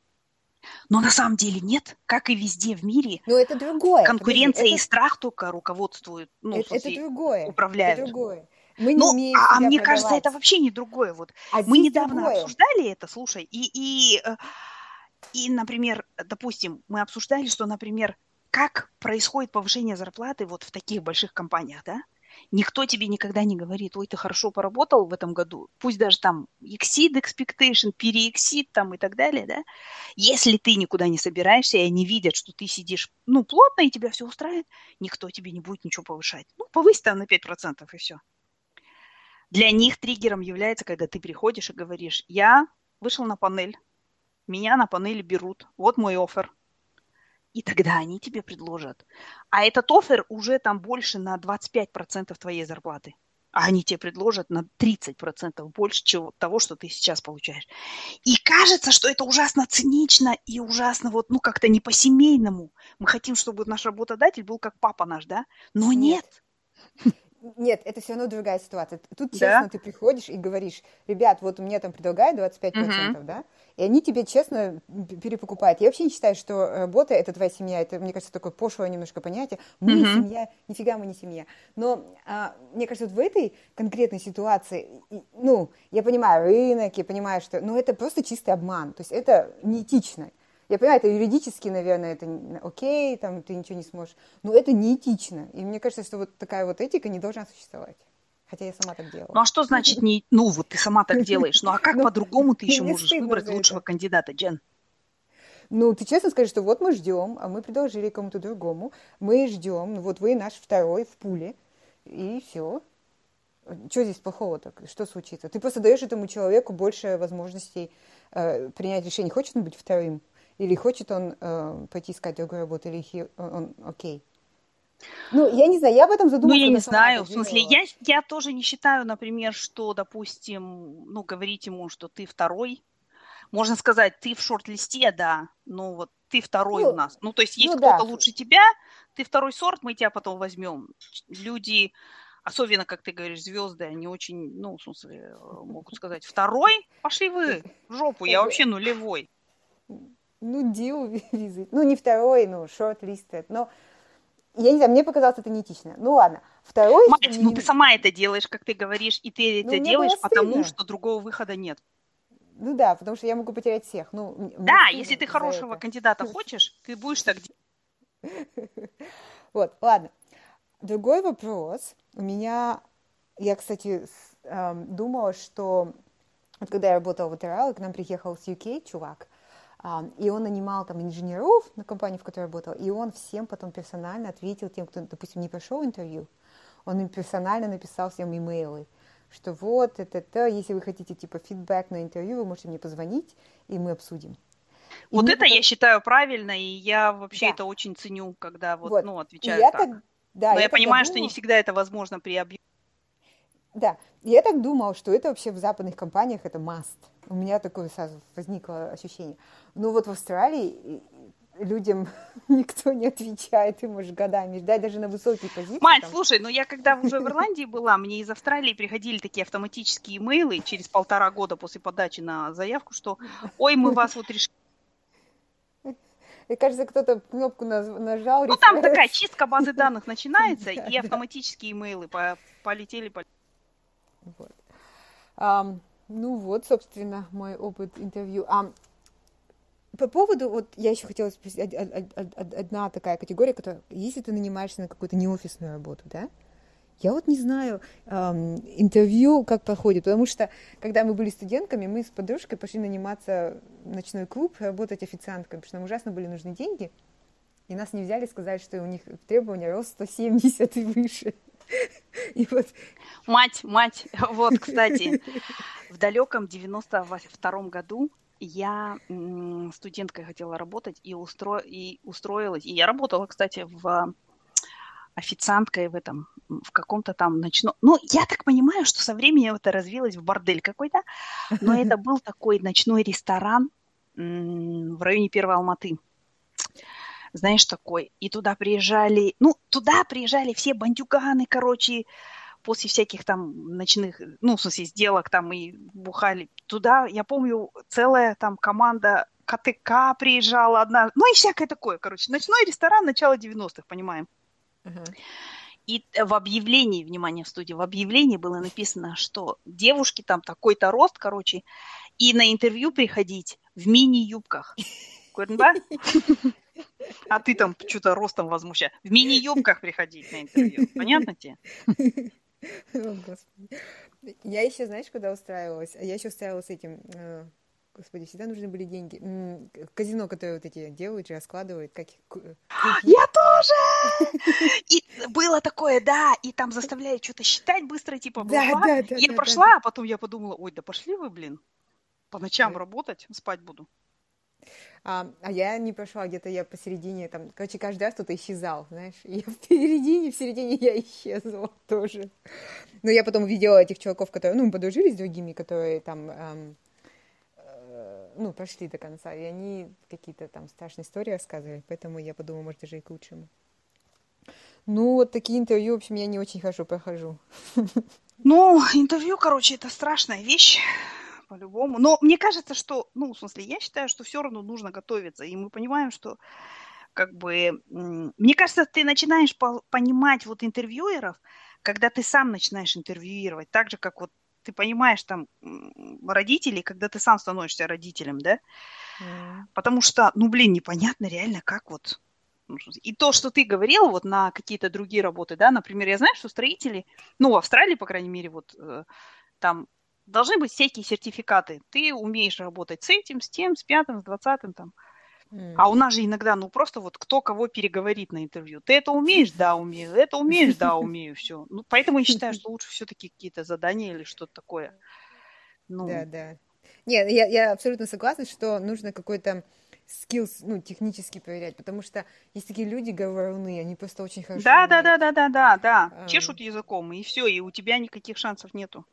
Но на самом деле нет. Как и везде в мире, Но это другое, подожди, конкуренция и это, страх только руководствуют, ну, в это, это смысле, другое, это управляют. другое. Мы не Ну, умеем а, а себя мне кажется, это продавать, вообще не другое. Вот а мы здесь недавно другое. обсуждали это, слушай, и, и, э, и, например, допустим, мы обсуждали, что, например, как происходит повышение зарплаты вот в таких больших компаниях, да? Никто тебе никогда не говорит, ой, ты хорошо поработал в этом году, пусть даже там exceed expectation, переэксид там и так далее, да? Если ты никуда не собираешься, и они видят, что ты сидишь, ну, плотно, и тебя все устраивает, никто тебе не будет ничего повышать. Ну, повысь там на пять процентов и все. Для них триггером является, когда ты приходишь и говоришь, я вышел на панель, меня на панели берут, вот мой оффер. И тогда они тебе предложат. А этот оффер уже там больше на двадцать пять процентов твоей зарплаты. А они тебе предложат на тридцать процентов больше чего, того, что ты сейчас получаешь. И кажется, что это ужасно цинично и ужасно вот, ну, как-то не по-семейному. Мы хотим, чтобы наш работодатель был как папа наш, да? Но Нет. нет. Нет, это все равно другая ситуация. Тут Да? честно ты приходишь и говоришь, ребят, вот мне там предлагают Угу. двадцать пять процентов, да, и они тебе честно п- перепокупают. Я вообще не считаю, что работа– это твоя семья. Это, мне кажется, такое пошлое немножко понятие. Мы Угу. семья, нифига мы не семья. Но а, мне кажется, вот в этой конкретной ситуации, и- ну, я понимаю рынок, я понимаю, что, ну, это просто чистый обман. То есть это неэтично. Я понимаю, это юридически, наверное, это н- окей, там ты ничего не сможешь, но это неэтично. И мне кажется, что вот такая вот этика не должна существовать. Хотя я сама так Ну делала. а что значит не... Ну вот ты сама так делаешь. Ну а как Ну, по-другому ты ну, еще мне можешь стыдно выбрать за лучшего это. кандидата, Джен? Ну, ты честно скажи, что вот мы ждем, а мы предложили кому-то другому, мы ждем, ну, вот вы наш второй в пуле, и все. Что здесь плохого так? Что случится? Ты просто даешь этому человеку больше возможностей э, принять решение, хочет он быть вторым, или хочет он э, пойти искать другую работу, или he- он, он окей. Ну, я не знаю, я об этом Ну, задумалась, я не когда сама знаю. это В смысле, делала. я, я тоже не считаю, например, что, допустим, ну, говорить ему, что ты второй. можно сказать, ты в шорт-листе, да, но вот ты второй у Ну, нас. Ну, то есть есть ну кто-то да, лучше тебя, ты второй сорт, мы тебя потом возьмем. Люди, особенно, как ты говоришь, звезды, они очень, ну, в смысле, э, могут сказать, второй, пошли вы в жопу, я это, вообще нулевой. ну, deal with it. Ну, не второй, ну, short-listed. Но, я не знаю, мне показалось это неэтично. Ну, ладно. Второй, что Мать, ну ты мне... сама это делаешь, как ты говоришь, и ты Ну, это мне было делаешь потому, стыдно. что другого выхода нет. Ну да, потому что я могу потерять всех. Ну, м- мне Да, если стыдно ты за хорошего это. кандидата хочешь, ты будешь так делать. Вот, ладно. Другой вопрос. У меня... Я, кстати, с- эм, думала, что... Вот когда я работала в Этерал, к нам приехал с ю кей чувак, ам, и он нанимал там инженеров на компанию, в которой я работала, и он всем потом персонально ответил тем, кто, допустим, не прошел интервью, он им персонально написал всем имейлы, что вот, это, это, если вы хотите, типа, фидбэк на интервью, вы можете мне позвонить, и мы обсудим. И Вот мне это пока... я считаю правильно, и я вообще Да, это очень ценю, когда вот, вот. ну, И отвечают я так, так. да, Но я я тогда понимаю, что не думала, всегда это возможно при объеме. да, и я так думала, что это вообще в западных компаниях это must. У меня такое сразу возникло ощущение. Но вот в Австралии людям никто не отвечает, ты можешь годами ждать даже на высокие позиции. Мать, Там. слушай, ну я когда уже в Ирландии была, мне из Австралии приходили такие автоматические имейлы через полтора года после подачи на заявку, что ой, мы вас вот решили. Мне кажется, кто-то кнопку нажал, Ну там такая рефреш. чистка базы данных начинается, Да, и да. автоматические имейлы по- полетели. По... Вот. Ам, ну вот, собственно, мой опыт интервью. Ам, по поводу, вот я еще хотела спросить, од- од- од- од- одна такая категория, которая, если ты нанимаешься на какую-то неофисную работу, да, я вот не знаю, эм, интервью как проходит, потому что, когда мы были студентками, мы с подружкой пошли наниматься в ночной клуб, работать официанткой, потому что нам ужасно были нужны деньги, и нас не взяли, сказали, что у них требования рост сто семьдесят и выше. И вот... Мать, мать, вот, кстати, в далеком девяносто втором году я м, студенткой хотела работать и, устро... и устроилась. И я работала, кстати, в официанткой в этом, в каком-то там ночном... Ну, я так понимаю, что со временем это развилось в бордель какой-то, но это был такой ночной ресторан м, в районе Первой Алматы. Знаешь, такой. И туда приезжали... Ну, туда приезжали все бандюганы, короче, после всяких там ночных, ну, в смысле, сделок там и бухали. Туда, я помню, целая там команда ка тэ ка приезжала одна, ну и всякое такое, короче. Ночной ресторан начала девяностых, понимаем. Ага. И в объявлении, внимание, в студии, в объявлении было написано, что девушки там такой-то рост, короче, и на интервью приходить в мини-юбках. Көрдің А ты там что-то ростом возмущаешь. В мини-юбках приходить на интервью. Понятно тебе? О, Господи. Я еще, знаешь, куда устраивалась? Я еще устраивалась с этим... э, Господи, всегда нужны были деньги. М, казино, которые вот эти делают, раскладывают, как их... ку- Крупье. Я тоже! И было такое, да, и там заставляют что-то считать быстро, типа Да, бла-бла. да, да, И я да, да, да. прошла, а потом я подумала, ой, да пошли вы, блин, по ночам Да. работать, спать буду. А, а я не прошла, где-то я посередине, там, короче, каждый раз кто-то исчезал, знаешь, и я в середине, в середине я исчезла тоже. Но я потом увидела этих чуваков, которые, ну, мы подружились с другими, которые там, эм, э, ну, прошли до конца, и они какие-то там страшные истории рассказывали, поэтому я подумала, может, даже и к лучшему. Ну, вот такие интервью, в общем, я не очень хорошо прохожу. Ну, интервью, короче, это страшная вещь, по-любому. Но мне кажется, что, ну, в смысле, я считаю, что все равно нужно готовиться. И мы понимаем, что, как бы, м, мне кажется, ты начинаешь по- понимать вот интервьюеров, когда ты сам начинаешь интервьюировать. Так же, как вот ты понимаешь там м, родителей, когда ты сам становишься родителем, да? М. Потому что, ну, блин, непонятно реально, как вот... ну, что- И то, что ты говорил вот на какие-то другие работы, да, например, я знаю, что строители, ну, в Австралии, по крайней мере, вот э, там должны быть всякие сертификаты. Ты умеешь работать с этим, с тем, с пятым, с двадцатым там. М. А у нас же иногда, ну, просто вот кто кого переговорит на интервью. Ты это умеешь? Да, умею. Это умеешь? Да, умею. Все. Ну, поэтому я считаю, что лучше все-таки какие-то задания или что-то такое. Да, Ну, да. Нет, я, я абсолютно согласна, что нужно какой-то skills, ну, технически проверять, потому что есть такие люди говоруны, они просто очень хорошо да, да, умеют. да, да, да, да, да. эм, Чешут языком, и все, и у тебя никаких шансов нету.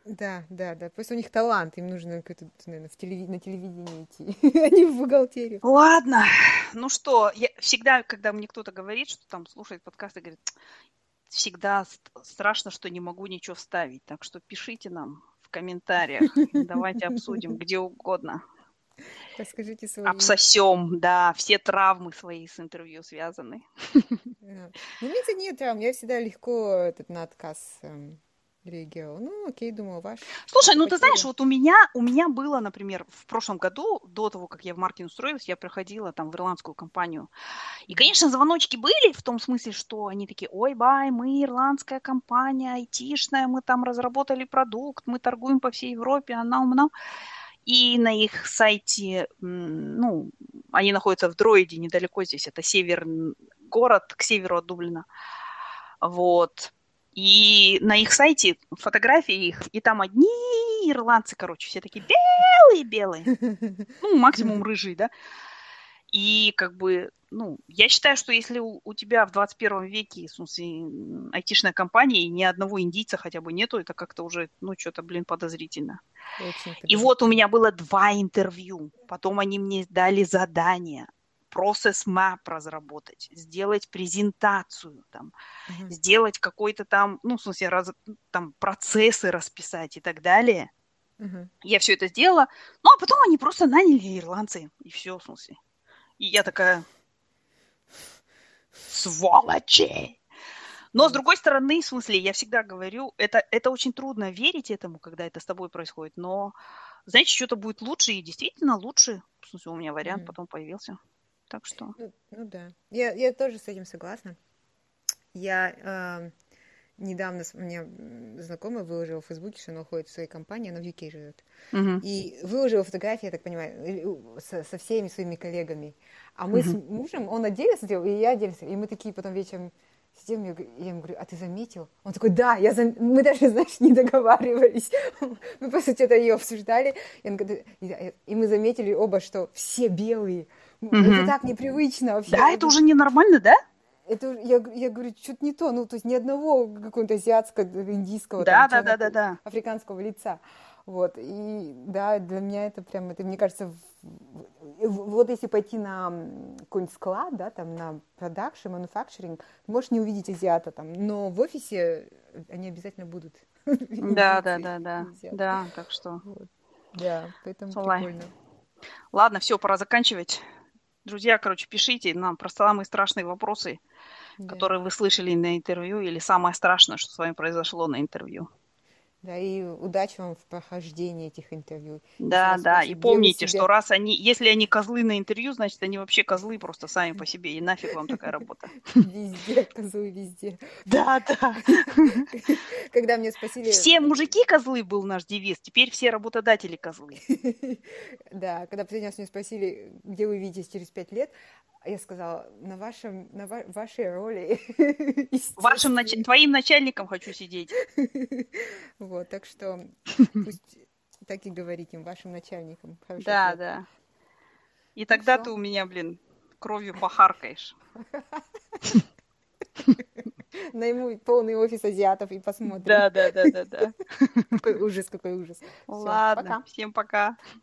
Да, да, да. Просто у них талант, им нужно какой-то, наверное, в телеви- на телевидение идти, а не в бухгалтерию. Ладно, ну что, я всегда, когда мне кто-то говорит, что там слушает подкасты, говорит, всегда ст- страшно, что не могу ничего вставить. Так что пишите нам в комментариях. Давайте обсудим где угодно. Расскажите свои. Обсосем, да, все травмы свои с интервью связаны. Да. Ну, у меня, кстати, нет травм. Я всегда легко этот на отказ эм, реагировала. Ну, окей, думаю, ваш Слушай, по ну ты знаешь, потере. вот у меня, у меня было, например, в прошлом году, до того, как я в маркетинг устроилась, я приходила там в ирландскую компанию. И, Мгм. конечно, звоночки были в том смысле, что они такие, ой, бай, мы ирландская компания, айтишная, мы там разработали продукт, мы торгуем по всей Европе, а нам, нам. И на их сайте, м, ну, они находятся в Дроиде, недалеко здесь, это север, город к северу от Дублина. Вот. И на их сайте фотографии их, и там одни ирландцы, короче, все такие белые-белые. Ну, максимум рыжие, да. И как бы, ну, я считаю, что если у, у тебя в двадцать первом веке, в смысле, м, айтишная компания, и ни одного индийца хотя бы нету, это как-то уже, ну, что-то, блин, подозрительно. Очень И вот у подозрительно. меня было два интервью. Потом они мне дали задание process map разработать, сделать презентацию, там, Ага, сделать какой-то там, ну, в смысле, раз, там, процессы расписать и так далее. ага. Я все это сделала. Ну, а потом они просто наняли ирландцы. И все, в смысле. И я такая, сволочи! Но, с Вот. другой стороны, в смысле, я всегда говорю, это, это очень трудно верить этому, когда это с тобой происходит, но, знаете, что-то будет лучше, и действительно лучше. В смысле, у меня вариант М. потом появился. Так что... Ну, ну да. Я, я тоже с этим согласна. Я ам, недавно с- у меня м, знакомая выложила в Фейсбуке, что она уходит в своей компании, она в ю кей живет. Мгм. И выложила фотографии, я так понимаю, и- у- со, со всеми своими коллегами. А мы с Мгм. мужем, он отдельно сидел, и я отдельно сидела. И мы такие потом вечером сидим, я, г- я ему говорю, а ты заметил? Он такой, да, я зам... мы даже, знаешь, не договаривались. Мы, по сути, это ее обсуждали. И, он говорит, и и мы заметили оба, что все белые. Это Мгм. так непривычно вообще. Да, это Это уже ненормально, да? это я, я говорю, что-то не то, ну, то есть ни одного какого-то азиатского, индийского, там, Да, да, да, да, черно да. африканского лица. Вот, и да, для меня это прям, это, мне кажется, в- в- вот если пойти на м, какой-нибудь склад, да, там, на продакшн, manufacturing, ты можешь не увидеть азиата там, но в офисе они обязательно будут Да, да, индийцы да, и да. азиаты. Да, так что... Вот, да, поэтому Ой. прикольно. Ладно, все, пора заканчивать. Друзья, короче, пишите нам про самые страшные вопросы, Да. которые вы слышали на интервью, или самое страшное, что с вами произошло на интервью. Да, и удачи вам в прохождении этих интервью. Если Да, вас да, и спросят, где вы помните, что себя раз они, если они козлы на интервью, значит, они вообще козлы просто сами по себе, и нафиг вам такая работа. везде, козлы везде. Да, да. Когда меня спросили, Все мужики козлы был наш девиз, теперь все работодатели козлы. да, когда последний раз меня спросили, где вы видитесь через пять лет, я сказала, на вашем, на ва- вашей роли, Вашим, нач- естественно. твоим начальником хочу сидеть. Вот, так что пусть так и говорите им, вашим начальникам. Хороший Да, ответ. да. И Ну тогда ты все, у меня, блин, кровью похаркаешь. найму полный офис азиатов и посмотрим. Да, да, да, да, да. Какой ужас, какой ужас. Все, Ладно, пока. всем пока.